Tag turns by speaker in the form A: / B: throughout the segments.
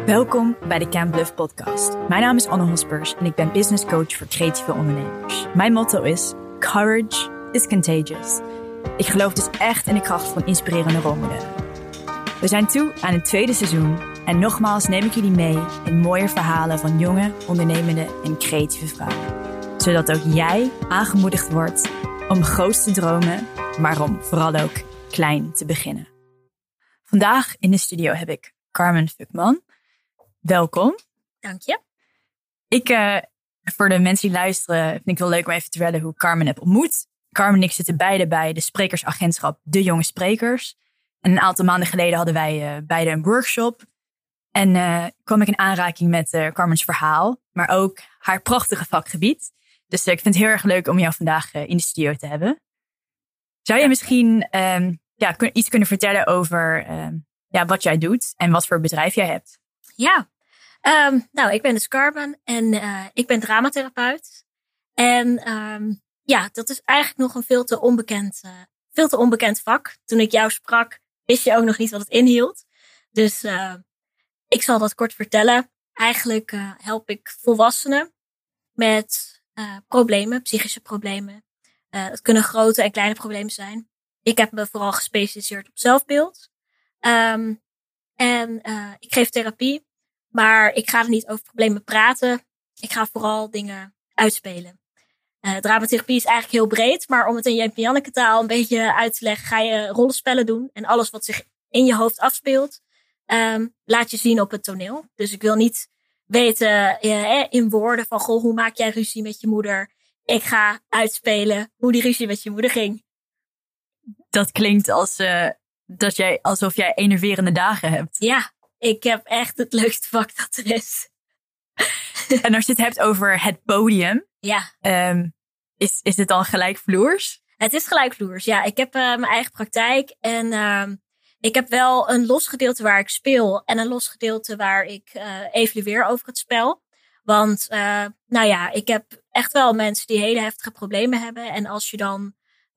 A: Welkom bij de Can Bluff podcast. Mijn naam is Anne Hospers en ik ben business coach voor creatieve ondernemers. Mijn motto is: Courage is contagious. Ik geloof dus echt in de kracht van inspirerende rolmodellen. We zijn toe aan het tweede seizoen en nogmaals neem ik jullie mee in mooie verhalen van jonge, ondernemende en creatieve vrouwen. Zodat ook jij aangemoedigd wordt om groot te dromen, maar om vooral ook klein te beginnen. Vandaag in de studio heb ik Carmen Fuckman. Welkom.
B: Dank je.
A: Voor de mensen die luisteren, vind ik wel leuk om even te vertellen hoe ik Carmen heb ontmoet. Carmen en ik zitten beide bij de sprekersagentschap De Jonge Sprekers. En een aantal maanden geleden hadden wij beide een workshop. En kwam ik in aanraking met Carmens verhaal, maar ook haar prachtige vakgebied. Dus ik vind het heel erg leuk om jou vandaag in de studio te hebben. Zou je misschien iets kunnen vertellen over wat jij doet en wat voor bedrijf jij hebt?
B: Ja, ik ben dus Carmen en ik ben dramatherapeut. En dat is eigenlijk nog een veel te onbekend vak. Toen ik jou sprak, wist je ook nog niet wat het inhield. Dus ik zal dat kort vertellen. Eigenlijk help ik volwassenen met problemen, psychische problemen. Het kunnen grote en kleine problemen zijn. Ik heb me vooral gespecialiseerd op zelfbeeld. Ik geef therapie, maar ik ga er niet over problemen praten. Ik ga vooral dingen uitspelen. Dramatherapie is eigenlijk heel breed, maar om het in Janneke taal een beetje uit te leggen, ga je rollenspellen doen. En alles wat zich in je hoofd afspeelt, laat je zien op het toneel. Dus ik wil niet weten in woorden van, goh, hoe maak jij ruzie met je moeder? Ik ga uitspelen hoe die ruzie met je moeder ging.
A: Dat klinkt alsof jij enerverende dagen hebt.
B: Ja, ik heb echt het leukste vak dat er is.
A: En als je het hebt over het podium,
B: ja.
A: Is het dan gelijkvloers?
B: Het is gelijkvloers, ja. Ik heb mijn eigen praktijk en ik heb wel een los gedeelte waar ik speel en een los gedeelte waar ik evalueer over het spel. Want ik heb echt wel mensen die hele heftige problemen hebben. En als je dan,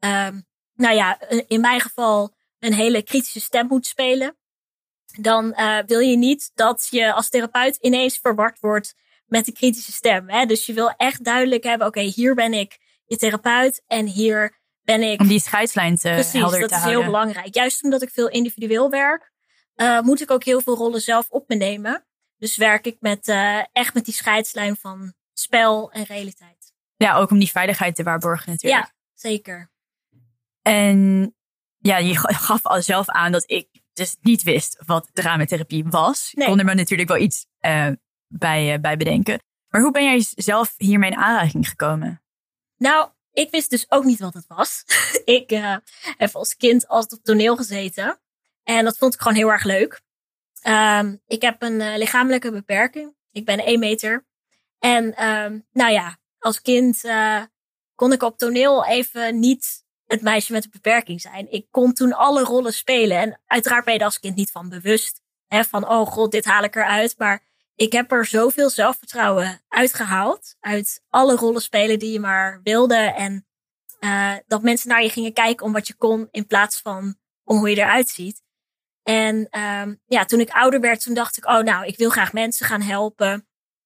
B: in mijn geval een hele kritische stem moet spelen, dan wil je niet dat je als therapeut ineens verward wordt met de kritische stem. Hè? Dus je wil echt duidelijk hebben, oké, hier ben ik je therapeut en hier ben ik...
A: Om die scheidslijn helder te houden.
B: Dat is heel belangrijk. Juist omdat ik veel individueel werk, moet ik ook heel veel rollen zelf op me nemen. Dus werk ik echt met die scheidslijn van spel en realiteit.
A: Ja, ook om die veiligheid te waarborgen natuurlijk.
B: Ja, zeker.
A: En ja, je gaf al zelf aan dat ik dus niet wist wat dramatherapie was.
B: Nee.
A: Ik kon er maar natuurlijk wel iets bij bedenken. Maar hoe ben jij zelf hiermee in aanraking gekomen?
B: Nou, ik wist dus ook niet wat het was. Ik heb als kind altijd op toneel gezeten. En dat vond ik gewoon heel erg leuk. Ik heb een lichamelijke beperking. Ik ben 1 meter. En als kind kon ik op toneel even niet het meisje met een beperking zijn. Ik kon toen alle rollen spelen. En uiteraard ben je er als kind niet van bewust. Hè, van, oh god, dit haal ik eruit. Maar ik heb er zoveel zelfvertrouwen uitgehaald. Uit alle rollen spelen die je maar wilde. En dat mensen naar je gingen kijken om wat je kon, in plaats van om hoe je eruit ziet. En toen ik ouder werd, toen dacht ik, ik wil graag mensen gaan helpen.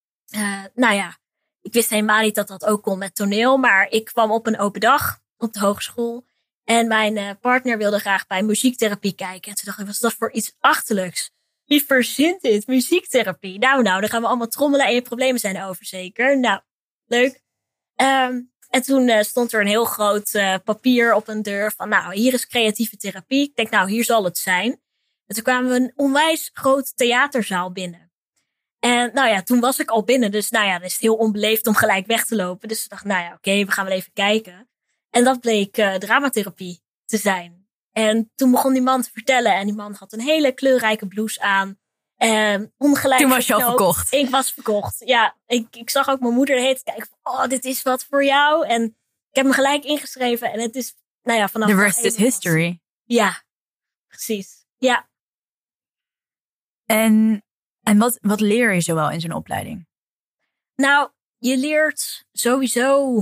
B: Ik wist helemaal niet dat dat ook kon met toneel. Maar ik kwam op een open dag op de hogeschool. En mijn partner wilde graag bij muziektherapie kijken. En toen dacht ik, wat is dat voor iets achterlijks? Wie verzint dit? Muziektherapie. Nou, dan gaan we allemaal trommelen en je problemen zijn over, zeker. Nou, leuk. En toen stond er een heel groot papier op een deur van, hier is creatieve therapie. Ik denk, hier zal het zijn. En toen kwamen we een onwijs grote theaterzaal binnen. En toen was ik al binnen. Dus dan is het heel onbeleefd om gelijk weg te lopen. Dus ik dacht, we gaan wel even kijken. En dat bleek dramatherapie te zijn. En toen begon die man te vertellen. En die man had een hele kleurrijke blouse aan. Ongelijk
A: toen was je al verkocht.
B: Ik was verkocht. Ja, ik zag ook mijn moeder de hele tijd kijken van, dit is wat voor jou. En ik heb me gelijk ingeschreven. En het is, vanaf...
A: The rest is history.
B: Ja, precies. Ja.
A: En wat leer je zoal in zo'n opleiding?
B: Nou, je leert sowieso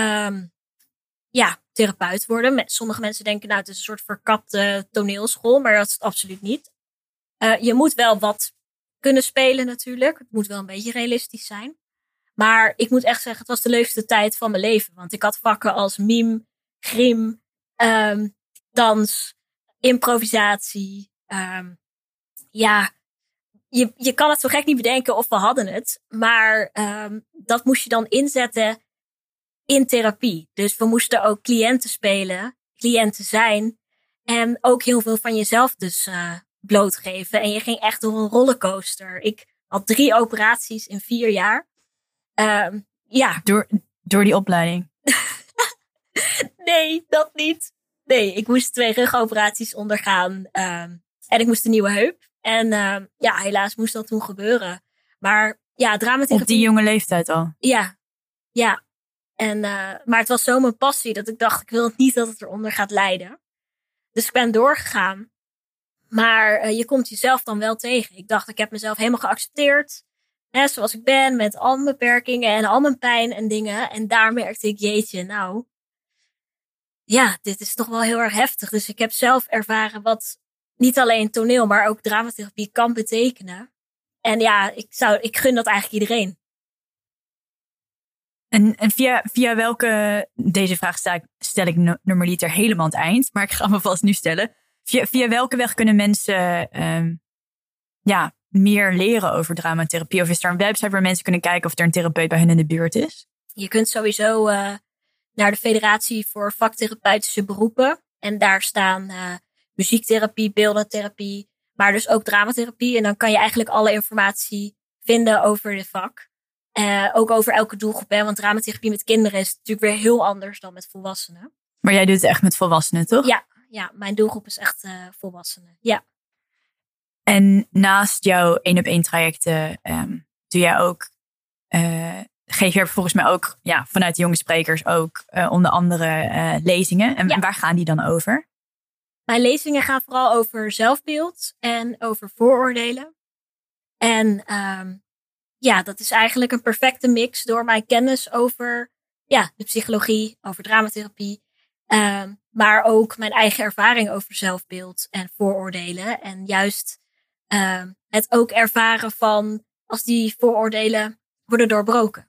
B: therapeut worden. Sommige mensen denken, het is een soort verkapte toneelschool. Maar dat is het absoluut niet. Je moet wel wat kunnen spelen natuurlijk. Het moet wel een beetje realistisch zijn. Maar ik moet echt zeggen, het was de leukste tijd van mijn leven. Want ik had vakken als mime, grim, dans, improvisatie. Je kan het zo gek niet bedenken of we hadden het. Maar dat moest je dan inzetten in therapie. Dus we moesten ook cliënten spelen, cliënten zijn. En ook heel veel van jezelf dus blootgeven. En je ging echt door een rollercoaster. Ik had 3 operaties in 4 jaar.
A: Door die opleiding?
B: Nee, dat niet. Nee, ik moest 2 rugoperaties ondergaan. En ik moest een nieuwe heup. En helaas moest dat toen gebeuren. Maar ja, dramatherapie...
A: Op die jonge leeftijd al?
B: Ja. En, maar het was zo mijn passie dat ik dacht, ik wil niet dat het eronder gaat lijden. Dus ik ben doorgegaan. Maar je komt jezelf dan wel tegen. Ik dacht, ik heb mezelf helemaal geaccepteerd. Hè, zoals ik ben, met al mijn beperkingen en al mijn pijn en dingen. En daar merkte ik, jeetje, nou... Ja, dit is toch wel heel erg heftig. Dus ik heb zelf ervaren wat niet alleen toneel, maar ook dramatherapie kan betekenen. En ja, ik gun dat eigenlijk iedereen.
A: En via welke... Deze vraag stel ik normaliter helemaal aan het eind. Maar ik ga me vast nu stellen. Via welke weg kunnen mensen meer leren over dramatherapie? Of is er een website waar mensen kunnen kijken of er een therapeut bij hen in de buurt is?
B: Je kunt sowieso naar de Federatie voor Vaktherapeutische Beroepen. En daar staan muziektherapie, beeldentherapie, maar dus ook dramatherapie. En dan kan je eigenlijk alle informatie vinden over dit vak. Ook over elke doelgroep. Hè? Want dramatherapie met kinderen is natuurlijk weer heel anders dan met volwassenen.
A: Maar jij doet het echt met volwassenen, toch?
B: Ja, mijn doelgroep is echt volwassenen. Ja.
A: En naast jouw 1-op-1 trajecten doe jij ook... geef je volgens mij ook vanuit de jonge sprekers ook onder andere lezingen. En waar gaan die dan over?
B: Mijn lezingen gaan vooral over zelfbeeld en over vooroordelen. En dat is eigenlijk een perfecte mix door mijn kennis over de psychologie, over dramatherapie. Maar ook mijn eigen ervaring over zelfbeeld en vooroordelen. En juist het ook ervaren van als die vooroordelen worden doorbroken.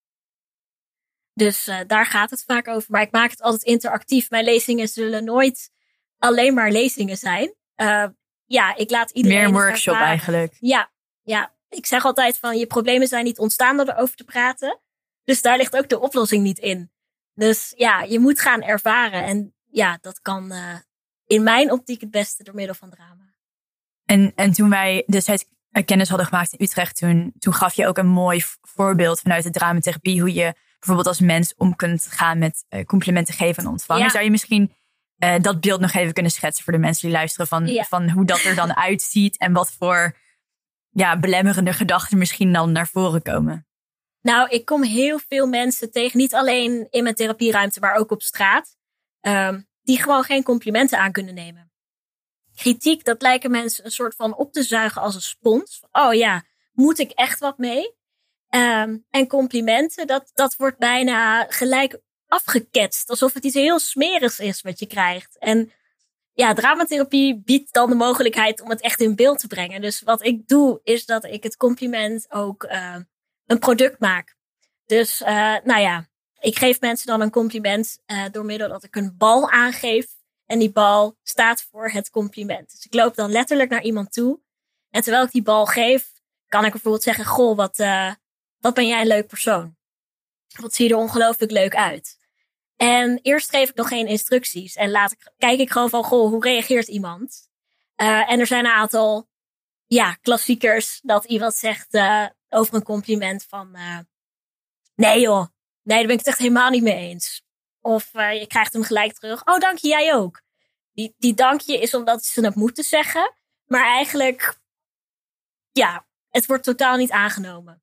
B: Dus daar gaat het vaak over. Maar ik maak het altijd interactief. Mijn lezingen zullen nooit alleen maar lezingen zijn. Ik laat iedereen
A: meer een workshop
B: ervaren.
A: Eigenlijk.
B: Ja. Ik zeg altijd van je problemen zijn niet ontstaan door erover te praten. Dus daar ligt ook de oplossing niet in. Dus ja, je moet gaan ervaren. En ja, dat kan in mijn optiek het beste door middel van drama.
A: En toen wij destijds kennis hadden gemaakt in Utrecht, toen gaf je ook een mooi voorbeeld vanuit de dramatherapie hoe je bijvoorbeeld als mens om kunt gaan met complimenten geven en ontvangen. Ja. Zou je misschien dat beeld nog even kunnen schetsen voor de mensen die luisteren van hoe dat er dan uitziet en wat voor belemmerende gedachten misschien dan naar voren komen?
B: Nou, ik kom heel veel mensen tegen, niet alleen in mijn therapieruimte, maar ook op straat, die gewoon geen complimenten aan kunnen nemen. Kritiek, dat lijken mensen een soort van op te zuigen als een spons. Oh ja, moet ik echt wat mee? En complimenten, dat wordt bijna gelijk afgeketst. Alsof het iets heel smerigs is wat je krijgt. En ja, dramatherapie biedt dan de mogelijkheid om het echt in beeld te brengen. Dus wat ik doe, is dat ik het compliment ook een product maak. Dus ik geef mensen dan een compliment door middel dat ik een bal aangeef. En die bal staat voor het compliment. Dus ik loop dan letterlijk naar iemand toe. En terwijl ik die bal geef, kan ik bijvoorbeeld zeggen, goh, wat ben jij een leuk persoon. Wat zie je er ongelooflijk leuk uit. En eerst geef ik nog geen instructies. En kijk ik gewoon van, goh, hoe reageert iemand? En er zijn een aantal klassiekers dat iemand zegt over een compliment van... nee joh, nee, daar ben ik het echt helemaal niet mee eens. Of je krijgt hem gelijk terug. Oh, dank je, jij ook. Die dankje is omdat ze het moeten zeggen. Maar eigenlijk, het wordt totaal niet aangenomen.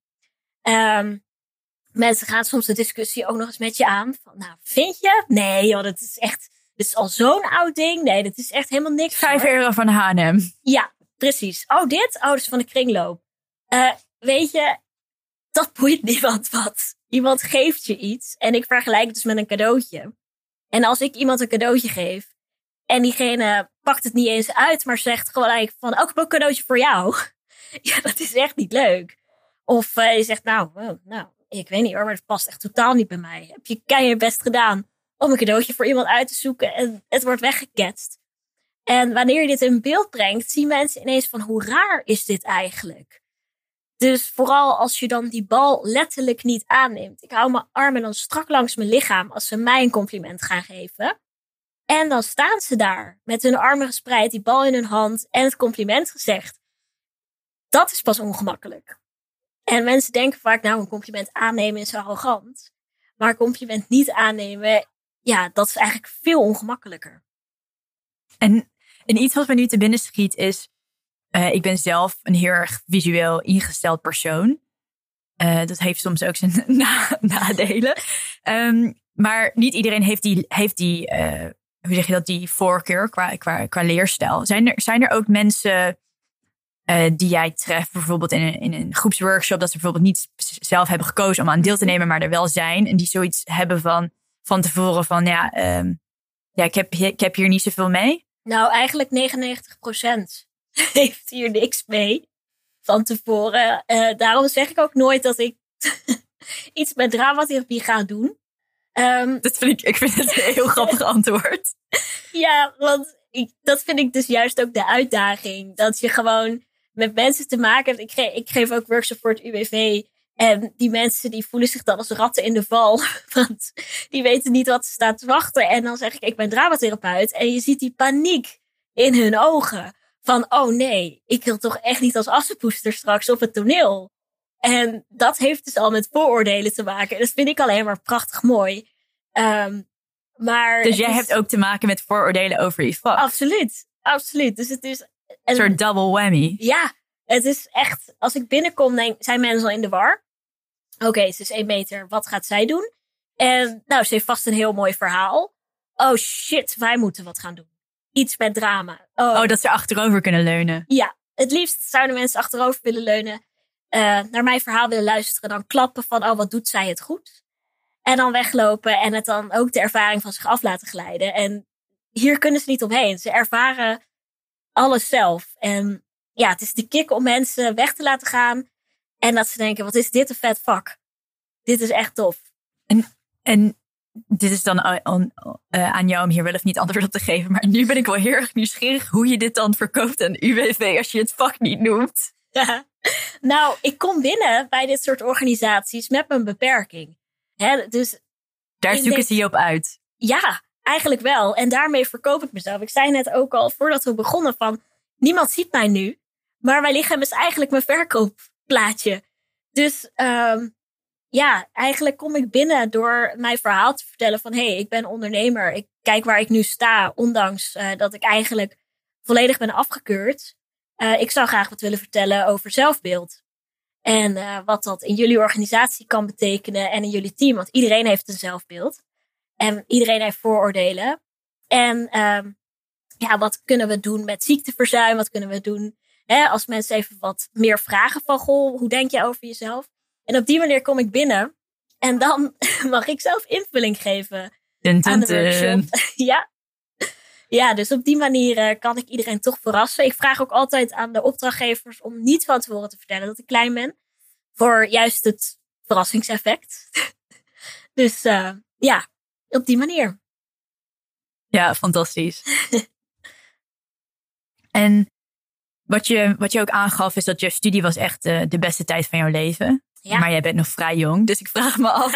B: Mensen gaan soms de discussie ook nog eens met je aan. Van, nou, vind je? Nee joh, dit is al zo'n oud ding. Nee, dat is echt helemaal niks.
A: 5 euro van de H&M.
B: Ja, precies. Oh, dit? Oh, dat is van de kringloop. Weet je, dat boeit niemand wat. Iemand geeft je iets. En ik vergelijk het dus met een cadeautje. En als ik iemand een cadeautje geef. En diegene pakt het niet eens uit. Maar zegt gelijk van, ook een cadeautje voor jou. Ja, dat is echt niet leuk. Of je zegt, nou, ik weet niet hoor, maar het past echt totaal niet bij mij. Heb je keihard best gedaan om een cadeautje voor iemand uit te zoeken en het wordt weggeketst. En wanneer je dit in beeld brengt, zien mensen ineens van hoe raar is dit eigenlijk? Dus vooral als je dan die bal letterlijk niet aanneemt. Ik hou mijn armen dan strak langs mijn lichaam als ze mij een compliment gaan geven. En dan staan ze daar met hun armen gespreid, die bal in hun hand en het compliment gezegd. Dat is pas ongemakkelijk. En mensen denken vaak, nou, een compliment aannemen is arrogant. Maar een compliment niet aannemen, ja, dat is eigenlijk veel ongemakkelijker.
A: En iets wat me nu te binnen schiet is, ik ben zelf een heel erg visueel ingesteld persoon. Dat heeft soms ook zijn nadelen. Maar niet iedereen heeft die hoe zeg je dat, die voorkeur qua leerstijl. Zijn er ook mensen die jij treft, bijvoorbeeld in een groepsworkshop, dat ze bijvoorbeeld niet zelf hebben gekozen om aan deel te nemen, maar er wel zijn en die zoiets hebben van tevoren van ik heb hier niet zoveel mee?
B: Nou, eigenlijk 99% heeft hier niks mee van tevoren. Daarom zeg ik ook nooit dat ik iets met dramatherapie ga doen.
A: Ik vind het een heel grappig antwoord.
B: Ja, want dat vind ik dus juist ook de uitdaging. Dat je gewoon met mensen te maken hebt. Ik geef ook workshops voor het UWV. En die mensen die voelen zich dan als ratten in de val. Want die weten niet wat ze staat te wachten. En dan zeg ik ben dramatherapeut. En je ziet die paniek in hun ogen. Van, oh nee, ik wil toch echt niet als assenpoester straks op het toneel. En dat heeft dus al met vooroordelen te maken. En dat vind ik alleen maar prachtig mooi. Maar
A: dus jij hebt ook te maken met vooroordelen over je vak?
B: Absoluut. Dus het is
A: een soort double whammy.
B: Ja, het is echt, als ik binnenkom, zijn mensen al in de war. Oké, ze is 1 meter, wat gaat zij doen? En nou, ze heeft vast een heel mooi verhaal. Oh shit, wij moeten wat gaan doen. Iets met drama.
A: Oh, dat ze achterover kunnen leunen.
B: Ja, het liefst zouden mensen achterover willen leunen. Naar mijn verhaal willen luisteren. Dan klappen van, oh, wat doet zij het goed? En dan weglopen en het dan ook de ervaring van zich af laten glijden. En hier kunnen ze niet omheen. Ze ervaren alles zelf. En ja, het is de kick om mensen weg te laten gaan. En dat ze denken, wat is dit een vet vak. Dit is echt tof.
A: En dit is dan aan jou om hier wel of niet antwoord op te geven. Maar nu ben ik wel heel erg nieuwsgierig hoe je dit dan verkoopt aan UWV als je het vak niet noemt.
B: Ja. Nou, ik kom binnen bij dit soort organisaties met mijn beperking. Dus
A: daar zoeken ze je op uit.
B: Ja, eigenlijk wel. En daarmee verkoop ik mezelf. Ik zei net ook al, voordat we begonnen, van niemand ziet mij nu. Maar mijn lichaam is eigenlijk mijn verkoopplaatje. Dus eigenlijk kom ik binnen door mijn verhaal te vertellen van hey, ik ben ondernemer. Ik kijk waar ik nu sta, ondanks dat ik eigenlijk volledig ben afgekeurd. Ik zou graag wat willen vertellen over zelfbeeld. En wat dat in jullie organisatie kan betekenen en in jullie team. Want iedereen heeft een zelfbeeld. En iedereen heeft vooroordelen. En wat kunnen we doen met ziekteverzuim? Wat kunnen we doen als mensen even wat meer vragen van goh, hoe denk je over jezelf? En op die manier kom ik binnen. En dan mag ik zelf invulling geven aan de workshop. Ja, dus op die manier kan ik iedereen toch verrassen. Ik vraag ook altijd aan de opdrachtgevers om niet van tevoren te vertellen dat ik klein ben. Voor juist het verrassingseffect. Dus op die manier.
A: Ja, fantastisch. En wat je ook aangaf is dat je studie was echt de beste tijd van jouw leven. Ja. Maar jij bent nog vrij jong, dus ik vraag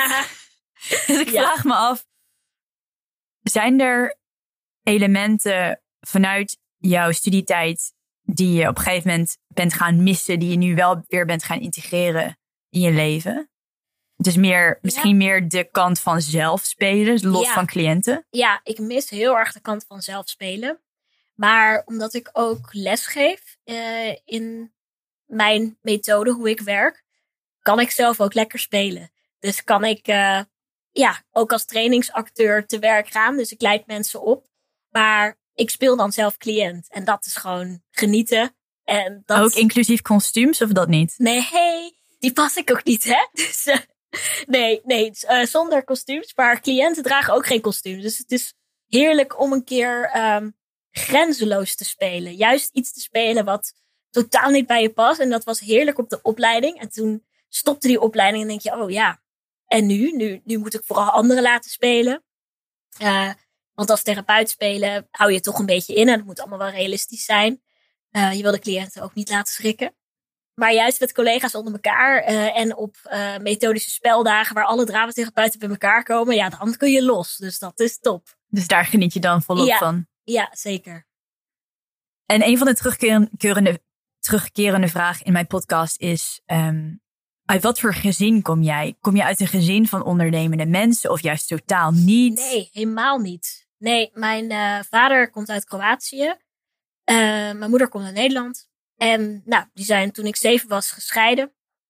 A: me af. Zijn er elementen vanuit jouw studietijd die je op een gegeven moment bent gaan missen, die je nu wel weer bent gaan integreren in je leven? Dus misschien meer de kant van zelf spelen, los van cliënten? Ja,
B: ik mis heel erg de kant van zelf spelen. Maar omdat ik ook les geef in mijn methode, hoe ik werk, kan ik zelf ook lekker spelen. Dus kan ik ook als trainingsacteur te werk gaan. Dus ik leid mensen op. Maar ik speel dan zelf cliënt. En dat is gewoon genieten. En dat...
A: Ook inclusief kostuums of dat niet?
B: Nee, die pas ik ook niet, hè? Dus zonder kostuums. Maar cliënten dragen ook geen kostuums. Dus het is heerlijk om een keer grenzeloos te spelen. Juist iets te spelen wat totaal niet bij je past. En dat was heerlijk op de opleiding. En toen stopte die opleiding en denk je, oh ja, en nu moet ik vooral anderen laten spelen. Want als therapeut spelen hou je toch een beetje in. En het moet allemaal wel realistisch zijn. Je wil de cliënten ook niet laten schrikken. Maar juist met collega's onder elkaar en op methodische speldagen waar alle dramatherapeuten bij elkaar komen, ja, dan kun je los. Dus dat is top.
A: Dus daar geniet je dan volop van?
B: Ja, zeker.
A: En een van de terugkerende vragen in mijn podcast is, uit wat voor gezin kom jij? Kom je uit een gezin van ondernemende mensen of juist totaal niet?
B: Nee, helemaal niet. Nee, mijn vader komt uit Kroatië. Mijn moeder komt uit Nederland. En nou, die zijn toen ik 7 was gescheiden.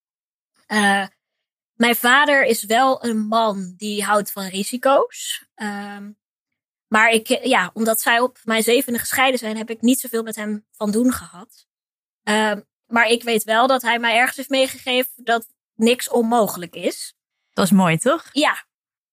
B: Mijn vader is wel een man die houdt van risico's. Maar omdat zij op mijn 7e gescheiden zijn, heb ik niet zoveel met hem van doen gehad. Maar ik weet wel dat hij mij ergens heeft meegegeven dat niks onmogelijk is.
A: Dat is mooi, toch?
B: Ja.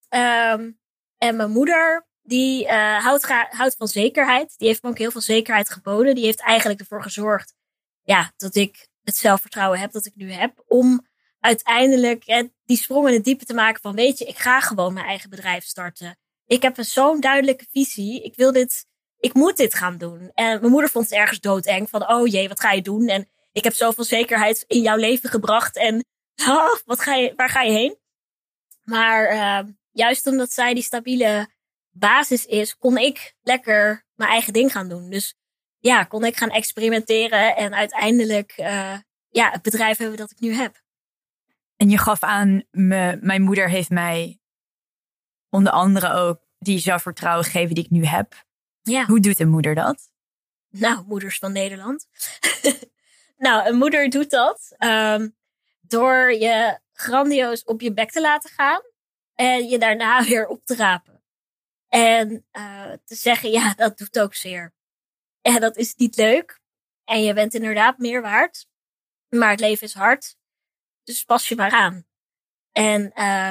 B: En mijn moeder, die houdt van zekerheid. Die heeft me ook heel veel zekerheid geboden. Die heeft eigenlijk ervoor gezorgd dat ik het zelfvertrouwen heb dat ik nu heb. Om uiteindelijk die sprong in het diepe te maken van, weet je, ik ga gewoon mijn eigen bedrijf starten. Ik heb zo'n duidelijke visie. Ik moet dit gaan doen. En mijn moeder vond het ergens doodeng. Van, oh jee, wat ga je doen? En ik heb zoveel zekerheid in jouw leven gebracht. En waar ga je heen? Maar juist omdat zij die stabiele basis is, kon ik lekker mijn eigen ding gaan doen. Dus ja, kon ik gaan experimenteren. En uiteindelijk het bedrijf hebben dat ik nu heb.
A: En je gaf aan, mijn moeder heeft mij onder andere ook die zelfvertrouwen gegeven die ik nu heb.
B: Ja.
A: Hoe doet een moeder dat?
B: Nou, moeders van Nederland. Nou, een moeder doet dat door je grandioos op je bek te laten gaan en je daarna weer op te rapen. En te zeggen, ja, dat doet ook zeer. En dat is niet leuk. En je bent inderdaad meer waard. Maar het leven is hard. Dus pas je maar aan. En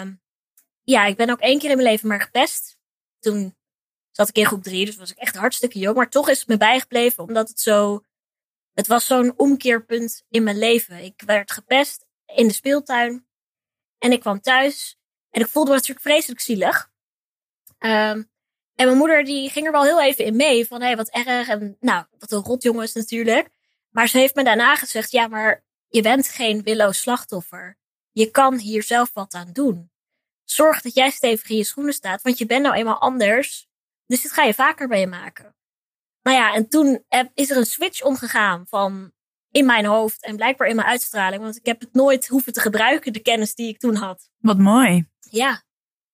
B: ik ben ook 1 keer in mijn leven maar gepest. Toen zat ik in groep 3, dus was ik echt hartstikke jong. Maar toch is het me bijgebleven, omdat het was zo'n omkeerpunt in mijn leven. Ik werd gepest in de speeltuin. En ik kwam thuis. En ik voelde me natuurlijk vreselijk zielig. En mijn moeder die ging er wel heel even in mee. Van, hé, wat erg. En nou, wat een rotjongens natuurlijk. Maar ze heeft me daarna gezegd, ja, maar je bent geen willoos slachtoffer. Je kan hier zelf wat aan doen. Zorg dat jij stevig in je schoenen staat. Want je bent nou eenmaal anders. Dus dit ga je vaker meemaken. Nou ja, en toen is er een switch omgegaan van in mijn hoofd en blijkbaar in mijn uitstraling. Want ik heb het nooit hoeven te gebruiken, de kennis die ik toen had.
A: Wat mooi.
B: Ja.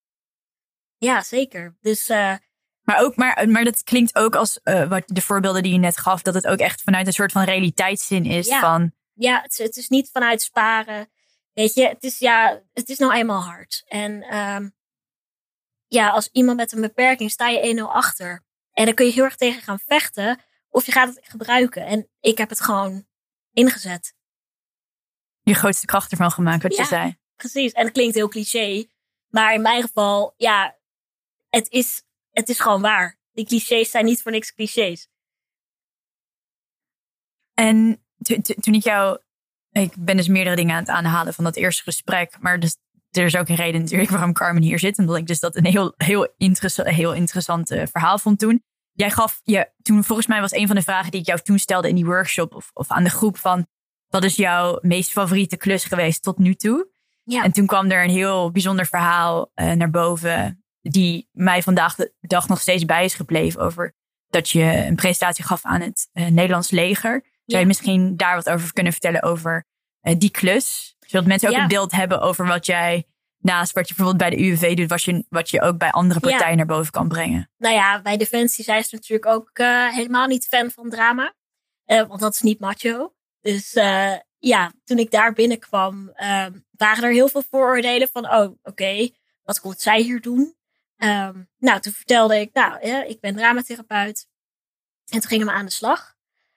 B: Ja, zeker. Dus,
A: maar dat klinkt ook als wat de voorbeelden die je net gaf, dat het ook echt vanuit een soort van realiteitszin is.
B: Ja, het is niet vanuit sparen. Weet je, het is nou eenmaal hard. En als iemand met een beperking sta je 1-0 achter. En dan kun je heel erg tegen gaan vechten. Of je gaat het gebruiken. En ik heb het gewoon ingezet.
A: Je grootste kracht ervan gemaakt, wat je zei.
B: Precies. En het klinkt heel cliché. Maar in mijn geval, het is gewoon waar. Die clichés zijn niet voor niks clichés.
A: En toen ik ben dus meerdere dingen aan het aanhalen van dat eerste gesprek. Maar dus, er is ook een reden natuurlijk waarom Carmen hier zit. Omdat ik dus dat een heel interessant verhaal vond toen. Jij gaf toen, volgens mij was een van de vragen die ik jou toen stelde in die workshop of aan de groep van, wat is jouw meest favoriete klus geweest tot nu toe? Ja. En toen kwam er een heel bijzonder verhaal naar boven die mij vandaag de dag nog steeds bij is gebleven over dat je een presentatie gaf aan het Nederlands leger. Zou je misschien daar wat over kunnen vertellen over die klus? Zodat mensen ook een beeld hebben over wat jij, naast wat je bijvoorbeeld bij de UWV doet, wat je ook bij andere partijen naar boven kan brengen. Nou ja, bij Defensie zijn ze natuurlijk ook helemaal niet fan van drama. Want dat is niet macho. Dus toen ik daar binnenkwam, waren er heel veel vooroordelen van, oké, wat komt zij hier doen? Toen vertelde ik, ik ben dramatherapeut. En toen gingen we aan de slag.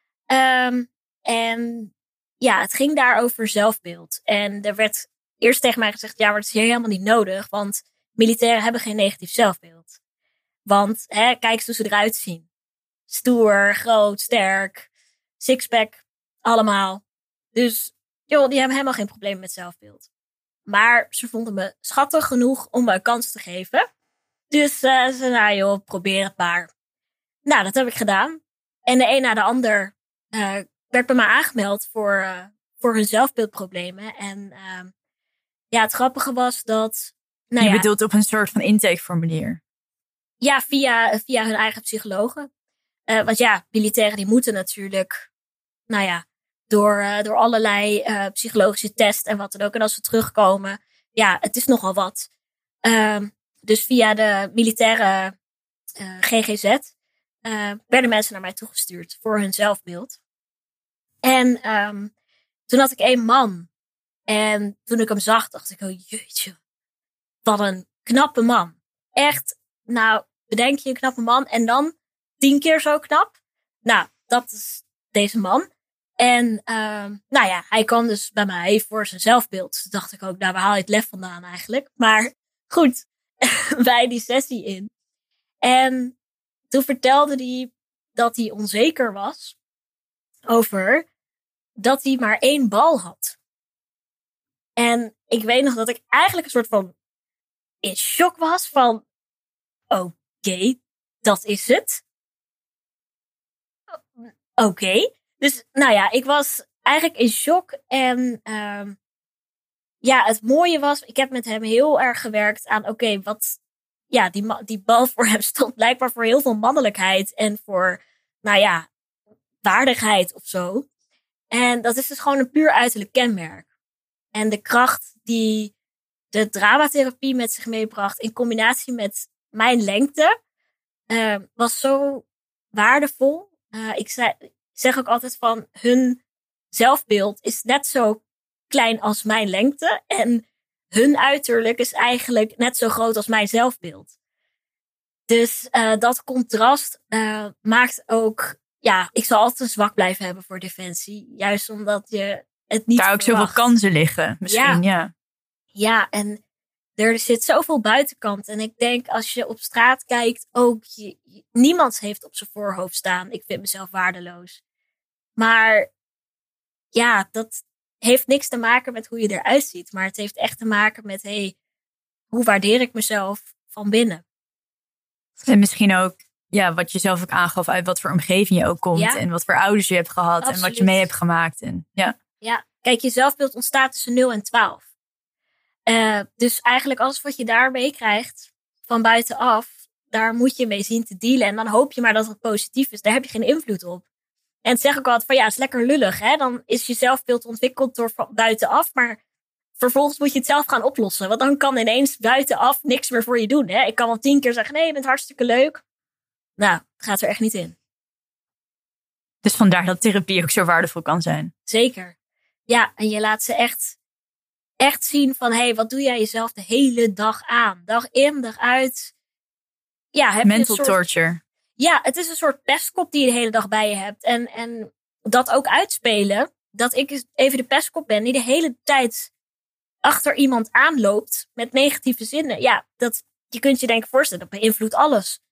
A: Het ging daar over zelfbeeld. En er werd eerst tegen mij gezegd, maar het is hier helemaal niet nodig. Want militairen hebben geen negatief zelfbeeld. Want kijk eens hoe ze eruit zien. Stoer, groot, sterk, sixpack.
B: allemaal. Dus joh, die hebben helemaal geen probleem met zelfbeeld. Maar ze vonden me schattig genoeg om me een kans te geven. Dus ze zei, joh, probeer het maar. Nou, dat heb ik gedaan. En de een na de ander werd bij mij aangemeld voor hun zelfbeeldproblemen. En het grappige was dat...
A: Je bedoelt op een soort van intakeformulier?
B: Ja, via hun eigen psychologen. Want ja, militairen die moeten natuurlijk... door allerlei psychologische tests en wat dan ook. En als ze terugkomen, ja, het is nogal wat. Dus via de militaire GGZ werden mensen naar mij toegestuurd voor hun zelfbeeld. En toen had ik 1 man. En toen ik hem zag, dacht ik, oh jeetje, wat een knappe man. Echt, nou, bedenk je een knappe man en dan 10 keer zo knap. Nou, dat is deze man. En hij kwam dus bij mij voor zijn zelfbeeld. Toen dacht ik ook, nou, waar haal je het lef vandaan eigenlijk? Maar goed, bij die sessie in. En toen vertelde hij dat hij onzeker was over dat hij maar 1 bal had. En ik weet nog dat ik eigenlijk een soort van in shock was van... Oké, dat is het. Oké. Dus ik was eigenlijk in shock. En het mooie was, ik heb met hem heel erg gewerkt aan... die bal voor hem stond blijkbaar voor heel veel mannelijkheid. En voor, waardigheid of zo. En dat is dus gewoon een puur uiterlijk kenmerk. En de kracht die de dramatherapie met zich meebracht... in combinatie met mijn lengte... was zo waardevol. Ik zeg ook altijd van... hun zelfbeeld is net zo klein als mijn lengte. En hun uiterlijk is eigenlijk net zo groot als mijn zelfbeeld. Dus dat contrast maakt ook... Ja, ik zal altijd een zwak blijven hebben voor Defensie. Juist omdat je het niet
A: daar ook
B: verwacht.
A: Zoveel kansen liggen, misschien, ja.
B: Ja, en er zit zoveel buitenkant. En ik denk, als je op straat kijkt, ook... niemand heeft op zijn voorhoofd staan, ik vind mezelf waardeloos. Maar ja, dat heeft niks te maken met hoe je eruit ziet. Maar het heeft echt te maken met, hoe waardeer ik mezelf van binnen?
A: En misschien ook, ja, wat je zelf ook aangaf, uit wat voor omgeving je ook komt. Ja. En wat voor ouders je hebt gehad. Absoluut. En wat je mee hebt gemaakt. En,
B: ja, kijk, je zelfbeeld ontstaat tussen 0 en 12. Dus eigenlijk alles wat je daar meekrijgt van buitenaf, daar moet je mee zien te dealen. En dan hoop je maar dat het positief is. Daar heb je geen invloed op. En het zeg ik altijd van, ja, het is lekker lullig. Hè? Dan is je zelfbeeld ontwikkeld door van buitenaf. Maar vervolgens moet je het zelf gaan oplossen. Want dan kan ineens buitenaf niks meer voor je doen. Hè? Ik kan wel 10 keer zeggen, nee, je bent hartstikke leuk. Nou, het gaat er echt niet in.
A: Dus vandaar dat therapie ook zo waardevol kan zijn.
B: Zeker. Ja, en je laat ze echt zien van, wat doe jij jezelf de hele dag aan? Dag in, dag uit. Ja, heb
A: mental je torture.
B: Ja, het is een soort pestkop die je de hele dag bij je hebt. En dat ook uitspelen. Dat ik even de pestkop ben die de hele tijd achter iemand aanloopt met negatieve zinnen. Ja, je kunt je denk ik voorstellen, dat beïnvloedt alles.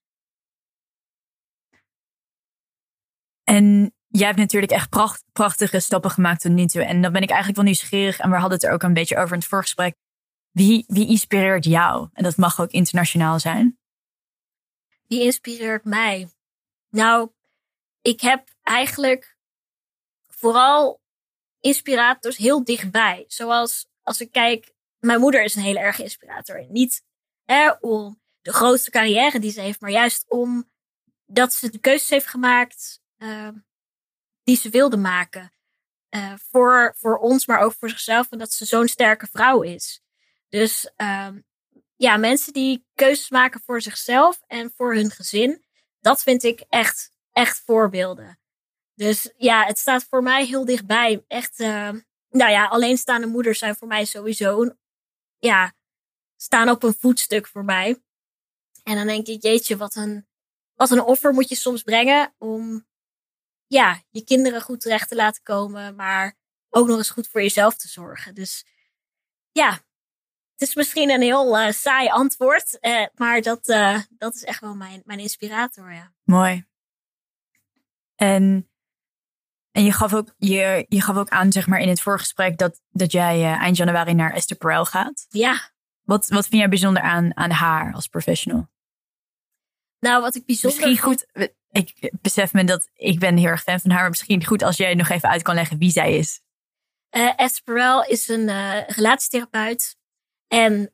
A: En jij hebt natuurlijk echt prachtige stappen gemaakt tot nu toe. En dan ben ik eigenlijk wel nieuwsgierig. En we hadden het er ook een beetje over in het voorgesprek. Wie inspireert jou? En dat mag ook internationaal zijn.
B: Wie inspireert mij? Nou, ik heb eigenlijk vooral inspirators heel dichtbij. Zoals als ik kijk, mijn moeder is een hele erge inspirator. Niet om de grootste carrière die ze heeft, maar juist omdat ze de keuzes heeft gemaakt die ze wilde maken. Voor ons, maar ook voor zichzelf. En dat ze zo'n sterke vrouw is. Dus mensen die keuzes maken voor zichzelf en voor hun gezin. Dat vind ik echt voorbeelden. Dus ja, het staat voor mij heel dichtbij. Echt, alleenstaande moeders zijn voor mij sowieso staan op een voetstuk voor mij. En dan denk ik, jeetje, wat een offer moet je soms brengen om je kinderen goed terecht te laten komen, maar ook nog eens goed voor jezelf te zorgen. Dus ja, het is misschien een heel saai antwoord, maar dat is echt wel mijn inspirator, ja.
A: Mooi. En En je gaf ook aan, zeg maar, in het voorgesprek dat jij eind januari naar Esther Perel gaat.
B: Ja.
A: Wat vind jij bijzonder aan haar als professional?
B: Nou, wat ik bijzonder
A: Misschien goed, ik besef me dat ik ben heel erg fan van haar. Maar misschien goed als jij nog even uit kan leggen wie zij is.
B: Esther Perel is een relatietherapeut. En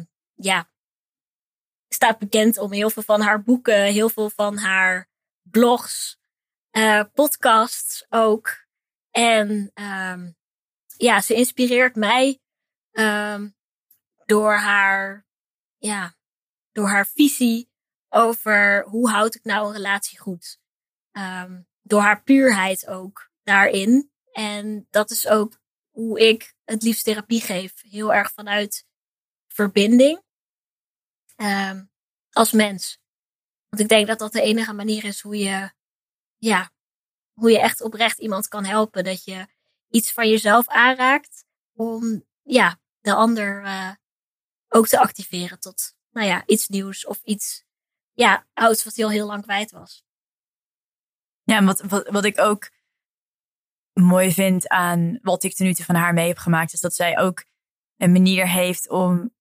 B: staat bekend om heel veel van haar boeken, heel veel van haar blogs, podcasts ook. En ze inspireert mij door haar visie over hoe houd ik nou een relatie goed. Door haar puurheid ook daarin. En dat is ook hoe ik het liefst therapie geef. Heel erg vanuit verbinding. Als mens. Want ik denk dat dat de enige manier is hoe je echt oprecht iemand kan helpen. Dat je iets van jezelf aanraakt om de ander ook te activeren tot iets nieuws of iets ouds wat hij al heel lang kwijt was.
A: Ja, en wat ik ook mooi vind aan wat ik ten nu toe van haar mee heb gemaakt, is dat zij ook een manier heeft om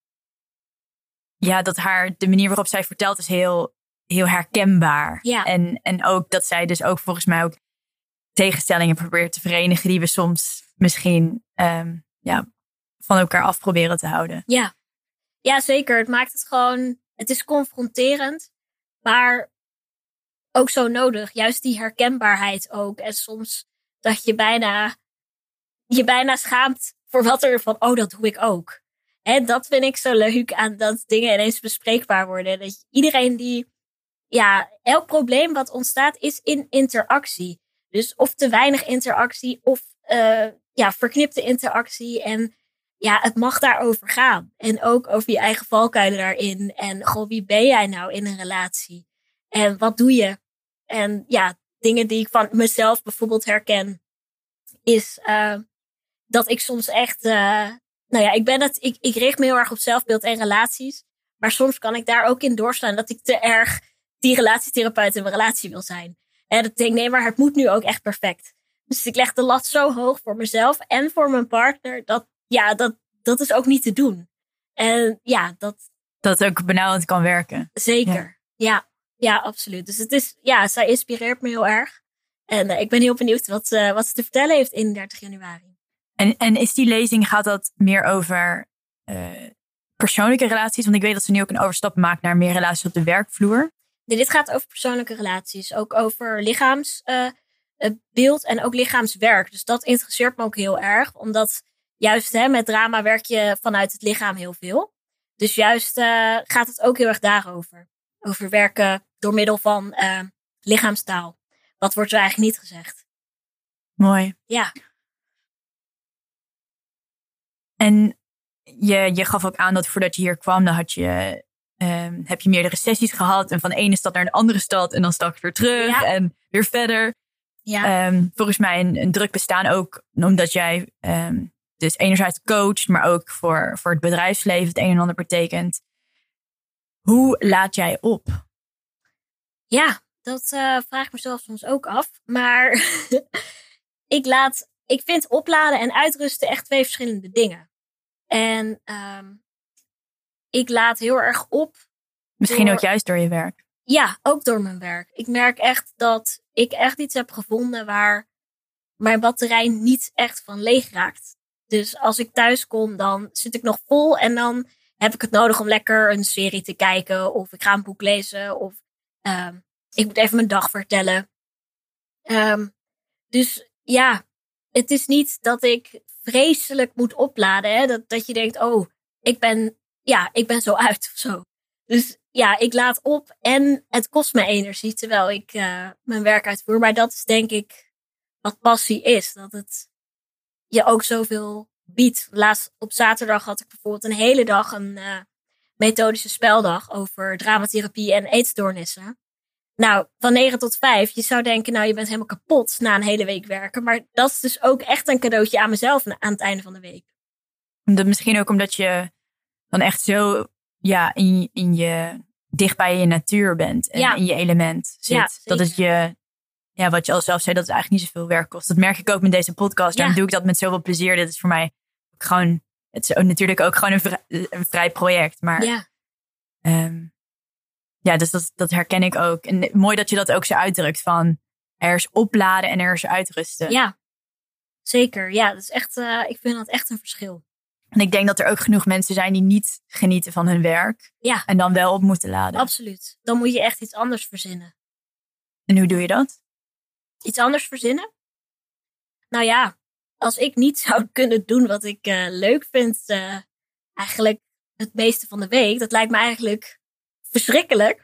A: de manier waarop zij vertelt is heel, heel herkenbaar.
B: Ja.
A: En ook dat zij dus ook volgens mij ook tegenstellingen probeert te verenigen die we soms misschien van elkaar af proberen te houden.
B: Ja, zeker. Het maakt het gewoon, het is confronterend, maar ook zo nodig. Juist die herkenbaarheid ook. En soms dat je bijna schaamt voor wat er van, dat doe ik ook. En dat vind ik zo leuk aan dat dingen ineens bespreekbaar worden. Dat iedereen elk probleem wat ontstaat is in interactie. Dus of te weinig interactie of verknipte interactie. En het mag daarover gaan. En ook over je eigen valkuilen daarin. En wie ben jij nou in een relatie? En wat doe je? En dingen die ik van mezelf bijvoorbeeld herken, is dat ik soms echt ik richt me heel erg op zelfbeeld en relaties. Maar soms kan ik daar ook in doorstaan dat ik te erg die relatietherapeut in mijn relatie wil zijn. En dat ik denk, nee, maar het moet nu ook echt perfect. Dus ik leg de lat zo hoog voor mezelf en voor mijn partner. Dat is ook niet te doen. En
A: dat het ook benauwend kan werken.
B: Zeker. Ja, absoluut. Dus het is, zij inspireert me heel erg. En ik ben heel benieuwd wat ze te vertellen heeft in 30 januari.
A: En is die lezing, gaat dat meer over persoonlijke relaties? Want ik weet dat ze nu ook een overstap maakt naar meer relaties op de werkvloer.
B: Nee, dit gaat over persoonlijke relaties. Ook over lichaamsbeeld en ook lichaamswerk. Dus dat interesseert me ook heel erg. Omdat juist met drama werk je vanuit het lichaam heel veel. Dus juist gaat het ook heel erg daarover. Over werken door middel van lichaamstaal. Wat wordt er eigenlijk niet gezegd?
A: Mooi.
B: Ja.
A: En je gaf ook aan dat voordat je hier kwam, dan heb je meerdere sessies gehad. En van de ene stad naar de andere stad. En dan straks weer terug en weer verder.
B: Ja.
A: Volgens mij een druk bestaan ook. Omdat jij dus enerzijds coacht, maar ook voor het bedrijfsleven het een en ander betekent. Hoe laat jij op?
B: Ja, dat vraag ik mezelf soms ook af. Maar ik vind opladen en uitrusten echt 2 verschillende dingen. En ik laat heel erg op.
A: Misschien ook juist door je werk.
B: Ja, ook door mijn werk. Ik merk echt dat ik echt iets heb gevonden waar mijn batterij niet echt van leeg raakt. Dus als ik thuis kom, dan zit ik nog vol en dan heb ik het nodig om lekker een serie te kijken. Of ik ga een boek lezen. Of ik moet even mijn dag vertellen. Dus het is niet dat ik vreselijk moet opladen. Hè? Dat je denkt, ik ben zo uit of zo. Dus ik laat op en het kost me energie terwijl ik mijn werk uitvoer. Maar dat is denk ik wat passie is. Dat het je ook zoveel biedt. Laatst op zaterdag had ik bijvoorbeeld een hele dag een methodische speldag over dramatherapie en eetstoornissen. Nou, van 9 tot 5. Je zou denken, je bent helemaal kapot na een hele week werken. Maar dat is dus ook echt een cadeautje aan mezelf aan het einde van de week.
A: Misschien ook omdat je dan echt zo in je dicht bij je natuur bent. En in je element zit.
B: Ja,
A: dat het je wat je al zelf zei, dat het eigenlijk niet zoveel werk kost. Dat merk ik ook met deze podcast. Daarom doe ik dat met zoveel plezier. Dit is voor mij gewoon, het is natuurlijk ook gewoon een vrij project. Maar dus dat herken ik ook. En mooi dat je dat ook zo uitdrukt van er is opladen en er is uitrusten.
B: Ja, zeker. Ja, dat is echt, ik vind dat echt een verschil.
A: En ik denk dat er ook genoeg mensen zijn die niet genieten van hun werk.
B: Ja.
A: En dan wel op moeten laden.
B: Absoluut. Dan moet je echt iets anders verzinnen.
A: En hoe doe je dat?
B: Iets anders verzinnen? Nou ja, als ik niet zou kunnen doen wat ik leuk vind, eigenlijk het meeste van de week, dat lijkt me eigenlijk verschrikkelijk.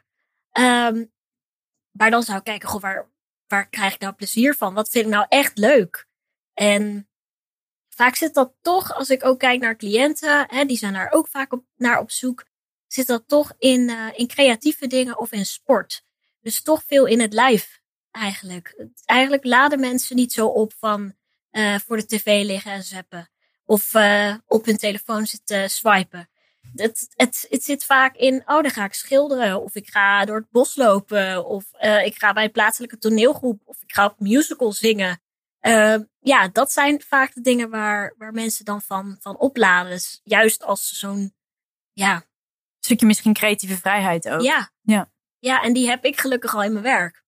B: Maar dan zou ik kijken, goh, waar krijg ik nou plezier van? Wat vind ik nou echt leuk? En vaak zit dat toch, als ik ook kijk naar cliënten, die zijn daar ook vaak naar op zoek, zit dat toch in creatieve dingen of in sport. Dus toch veel in het lijf eigenlijk. Eigenlijk laden mensen niet zo op van voor de tv liggen en zappen. Of op hun telefoon zitten swipen. Het zit vaak in, dan ga ik schilderen. Of ik ga door het bos lopen. Of ik ga bij een plaatselijke toneelgroep. Of ik ga op musical zingen. Dat zijn vaak de dingen waar mensen dan van opladen. Dus juist als zo'n, een
A: stukje misschien creatieve vrijheid ook.
B: Ja, en die heb ik gelukkig al in mijn werk.